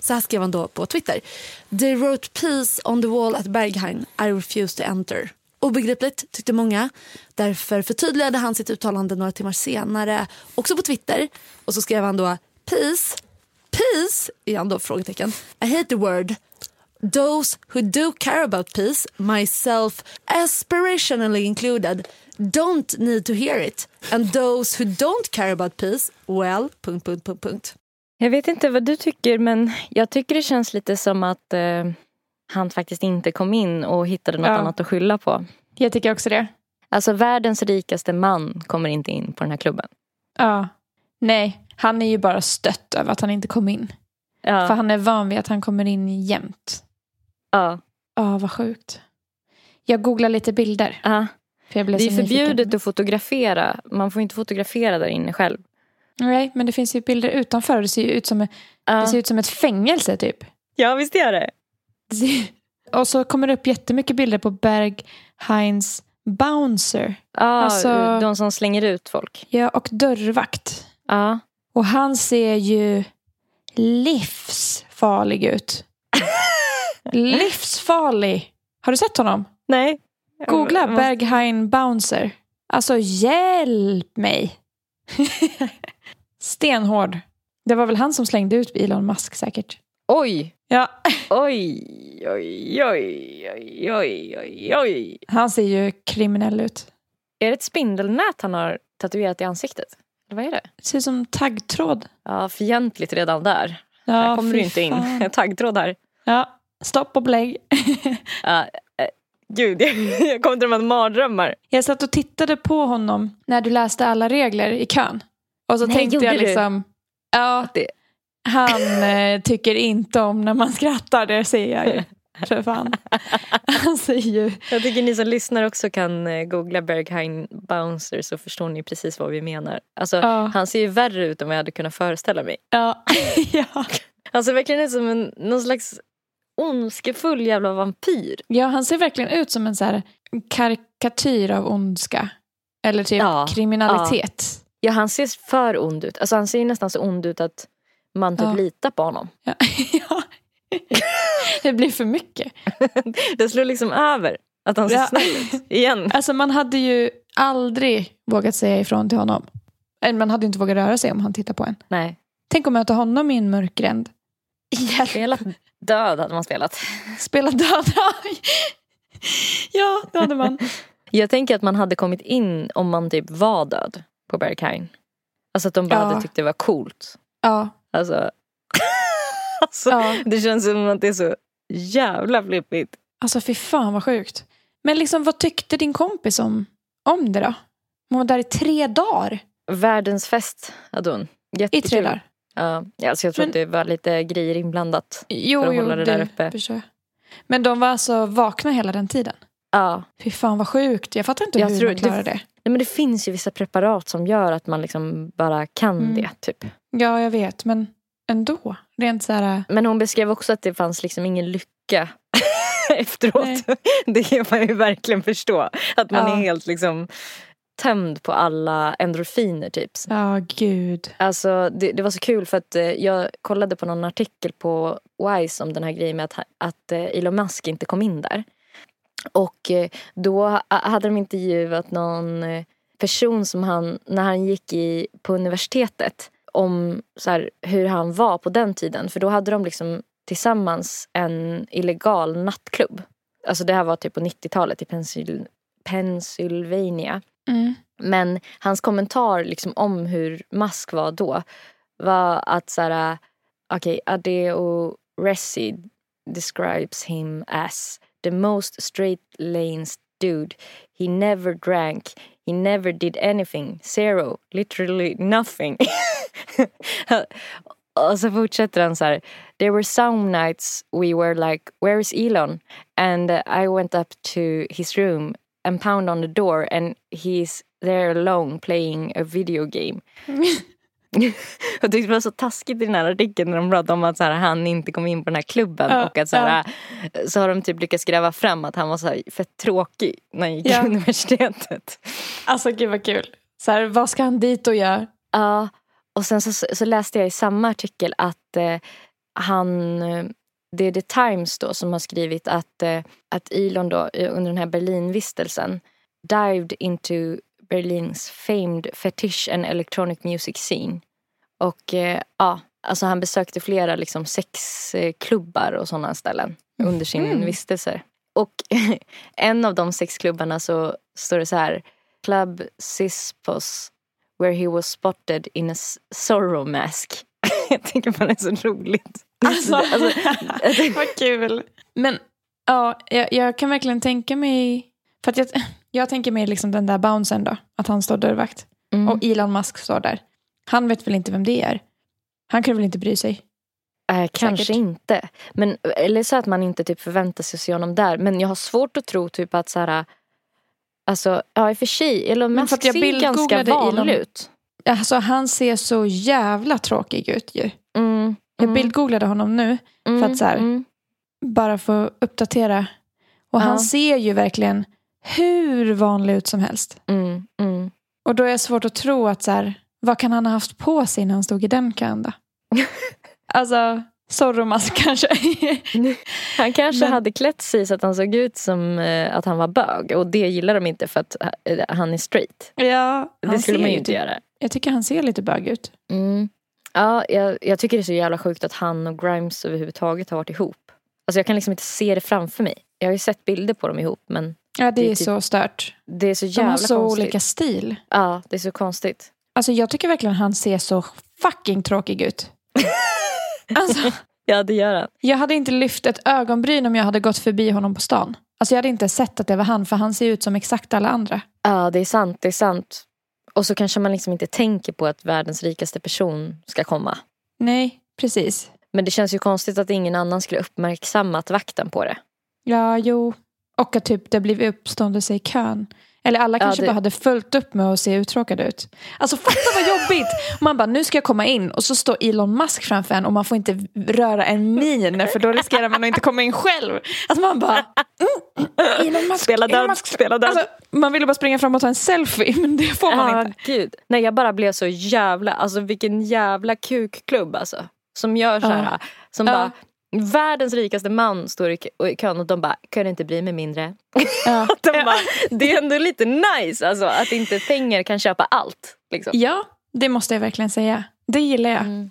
Så här skrev han då på Twitter. They wrote peace on the wall at Berghain. I refuse to enter. Obegripligt tyckte många. Därför förtydligade han sitt uttalande några timmar senare. Också på Twitter. Och så skrev han då peace. Peace är han då frågetecken. I hate the word. Those who do care about peace, myself aspirationally included, don't need to hear it. And those who don't care about peace, well, punkt, punkt, punkt, punkt. Jag vet inte vad du tycker, men jag tycker det känns lite som att eh, han faktiskt inte kom in och hittade något ja. annat att skylla på. Jag tycker också det. Alltså världens rikaste man kommer inte in på den här klubben. Ja. Nej, han är ju bara stött över att han inte kom in. Ja. För han är van vid att han kommer in jämt. Ja. Ja, vad sjukt. Jag googlar lite bilder. Ja. För jag blev Det är så förbjudet nyfiken. att fotografera. Man får inte fotografera där inne själv. Nej, men det finns ju bilder utanför. Det ser ju ut som, Ja. det ser ut som ett fängelse typ. Ja, visst är det. Och så kommer det upp jättemycket bilder på Berghains bouncer. Ja, Alltså- de som slänger ut folk. Ja, och dörrvakt. Ja. Och han ser ju livsfarlig ut. Livsfarlig. Har du sett honom? Nej. Googla Jag måste- Berghain bouncer. Alltså hjälp mig. Stenhård. Det var väl han som slängde ut Elon Musk säkert. Oj. Ja. Oj, oj, oj, oj, oj, oj, oj. Han ser ju kriminell ut. Är det ett spindelnät han har tatuerat i ansiktet? Eller vad är det? Det ser ut som taggtråd. Ja, fientligt redan där. Ja, här kommer fy du inte in. fan. Taggtråd här. Ja, stopp och belägg. Ja, äh, gud, jag, jag kommer till de här mardrömmar. Jag satt och tittade på honom när du läste alla regler i kön. Och så Nej, tänkte gjorde jag du? liksom... Ja, Det- han eh, tycker inte om när man skrattar. Det ser jag ju. För fan. Han säger ju... Jag tycker ni som lyssnar också kan eh, googla Berghain Bouncer så förstår ni precis vad vi menar. Alltså, Ja. han ser ju värre ut än vad jag hade kunnat föreställa mig. Ja. ja. Han ser verkligen ut som en, någon slags ondskefull jävla vampyr. Ja, han ser verkligen ut som en så här karikatyr av ondska. Eller typ Ja, kriminalitet. Ja, han ser för ond ut. Alltså han ser ju nästan så ond ut att man typ Ja. litar på honom. Ja. ja. Det blir för mycket. Det slår liksom över att han ser Ja. snäll ut. Igen. Alltså man hade ju aldrig vågat säga ifrån till honom. Eller man hade inte vågat röra sig om han tittar på en. Nej. Tänk att möta honom i en mörk gränd. Hjälp. Spelat död hade man spelat. Spela död. Ja, det hade man. Jag tänker att man hade kommit in om man typ var död på Berghain. Alltså att de bara Ja. hade tyckt det var coolt. Ja. Alltså, alltså Ja. det känns som att det är så jävla flippigt. Alltså fy fan vad sjukt. Men liksom vad tyckte din kompis om, om det då? Hon var där i tre dagar. Världens fest hade hon. I Jättekul. tre dagar. Ja, alltså jag tror Men- att det var lite grejer inblandat. Jo, För att jo, hålla det där uppe. förstår jag. Men de var alltså vakna hela den tiden. Ja. Fy fan vad sjukt. Jag fattar inte Jag hur tror de klarar det- det. Nej, men det finns ju vissa preparat som gör att man liksom bara kan Mm. det typ. Ja, jag vet. Men ändå. Rent så här... Men hon beskrev också att det fanns liksom ingen lycka efteråt. Nej. Det kan man ju verkligen förstå. Att man Ja. är helt liksom tömd på alla endorfiner typ. Ja, gud. Alltså det, det var så kul för att eh, jag kollade på någon artikel på Wise om den här grejen med att, att eh, Elon Musk inte kom in där. Och eh, då ha- hade de intervjuat någon eh, person som han, när han gick i, på universitetet, om så här, hur han var på den tiden. För då hade de liksom tillsammans en illegal nattklubb. Alltså det här var typ på nittiotalet i Pensyl- Pennsylvania. Mm. Men hans kommentar liksom om hur Musk var då var att så här, okej, okay, Adeo Ressi describes him as the most straight-laced dude. He never drank. He never did anything. Zero. Literally nothing. Och så fortsätter han så här. There were some nights we were like, where is Elon? And uh, I went up to his room and pound on the door and he's there alone playing a video game. Jag tyckte det var så taskigt i den här artikeln när de pratade om att så här, han inte kom in på den här klubben. Ja, och att så, här, så har de typ lyckats gräva fram att han var så här fett tråkig när han gick Ja. i universitetet. Alltså gud vad kul. Så här, vad ska han dit och göra? Ja, och sen så, så läste jag i samma artikel att eh, han, det är The Times då som har skrivit att, att Elon då under den här Berlinvistelsen dived into Berlins famed fetish and electronic music scene. Och ja, alltså han besökte flera liksom sexklubbar och sådana ställen under sin mm. vistelse. Och en av de sexklubbarna så står det så här: Club Sispos, where he was spotted in a sorrow mask. Jag tycker man är så roligt. Alltså, alltså, vad kul. Men ja, jag, jag kan verkligen tänka mig, för att jag, jag tänker mig liksom den där bouncen då, att han står dörrvakt. Mm. Och Elon Musk står där. Han vet väl inte vem det är. Han kan väl inte bry sig. Äh, kanske Säkert. inte. Men, eller så att man inte typ förväntar sig att se honom där. Men jag har svårt att tro typ att så här, alltså, ja i och för sig, Elon Musk ser ganska vanlig ut. Alltså han ser så jävla tråkig ut ju. Mm, jag mm. bildgooglade honom nu mm, för att så här, mm. bara få uppdatera. Och ja. han ser ju verkligen hur vanlig ut som helst. Mm, mm. Och då är det svårt att tro att så här, vad kan han ha haft på sig när han stod i den kön då? Alltså, Sorromask kanske. Han kanske Men... hade klätt sig så att han såg ut som uh, att han var bög. Och det gillar de inte för att uh, han är straight. Ja, det skulle man ju inte göra. Jag tycker han ser lite bög ut. Mm. Ja, jag, jag tycker det är så jävla sjukt att han och Grimes överhuvudtaget har varit ihop. Alltså jag kan liksom inte se det framför mig. Jag har ju sett bilder på dem ihop, men... Ja, det, det är typ, så stört. Det är så jävla konstigt. De har så konstigt. olika stil. Ja, det är så konstigt. Alltså jag tycker verkligen han ser så fucking tråkig ut. Alltså, ja, det gör han. Jag hade inte lyft ett ögonbryn om jag hade gått förbi honom på stan. Alltså jag hade inte sett att det var han, för han ser ut som exakt alla andra. Ja, det är sant, det är sant. Och så kanske man liksom inte tänker på att världens rikaste person ska komma. Nej, precis. Men det känns ju konstigt att ingen annan skulle uppmärksammat vakten på det. Ja, jo. Och att typ det blev uppståndelse i kön. Eller alla kanske ja, det... bara hade följt upp med att se uttråkade ut. Alltså fatta vad jobbigt. Och man bara, nu ska jag komma in. Och så står Elon Musk framför en. Och man får inte röra en min. För då riskerar man att inte komma in själv. Alltså man bara, mm, Elon Musk, spela Elon död, Musk. spela död. Alltså, man ville bara springa fram och ta en selfie. Men det får man ah, inte. Gud. Nej, jag bara blev så jävla, alltså vilken jävla kukklubb alltså. Som gör så här, ah. som ah. bara... Världens rikaste man står i, i kön och de bara, kan inte bli med mindre. Ja. de bara, det är ändå lite nice alltså, att inte pengar kan köpa allt. Liksom. Ja, det måste jag verkligen säga. Det gillar jag. Mm.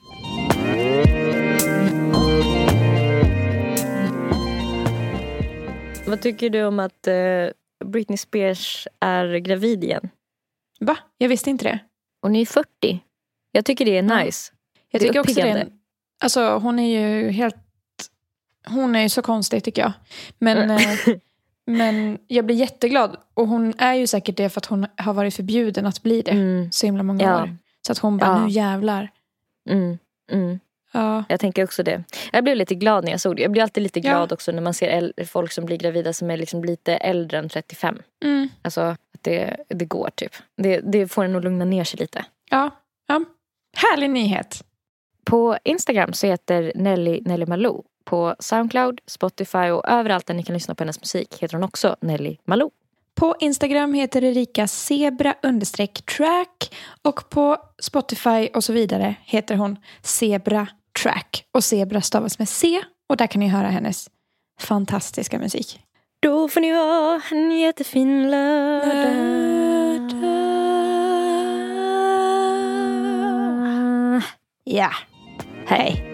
Vad tycker du om att uh, Britney Spears är gravid igen? Va? Jag visste inte det. Hon är fyrtio. Jag tycker det är nice. Ja. Jag det tycker också det är, alltså hon är ju helt Hon är ju så konstig tycker jag. Men, eh, men jag blir jätteglad. Och hon är ju säkert det för att hon har varit förbjuden att bli det. Mm. Så himla många ja. år. Så att hon bara, ja. nu jävlar. Mm. Mm. Ja. Jag tänker också det. Jag blev lite glad när jag såg det. Jag blir alltid lite glad ja. också när man ser äl- folk som blir gravida som är liksom lite äldre än trettiofem. Mm. Alltså att det, det går typ. Det, det får en att lugna ner sig lite. Ja. ja. Härlig nyhet. På Instagram så heter Nelly Nelly Malou. På Soundcloud, Spotify och överallt där ni kan lyssna på hennes musik heter hon också Nelly Malou. På Instagram heter Erika Zebra understreck track och på Spotify och så vidare heter hon Zebra track. Och Zebra stavas med C och där kan ni höra hennes fantastiska musik. Då får ni ha en jättefin lördag. Ja, hej.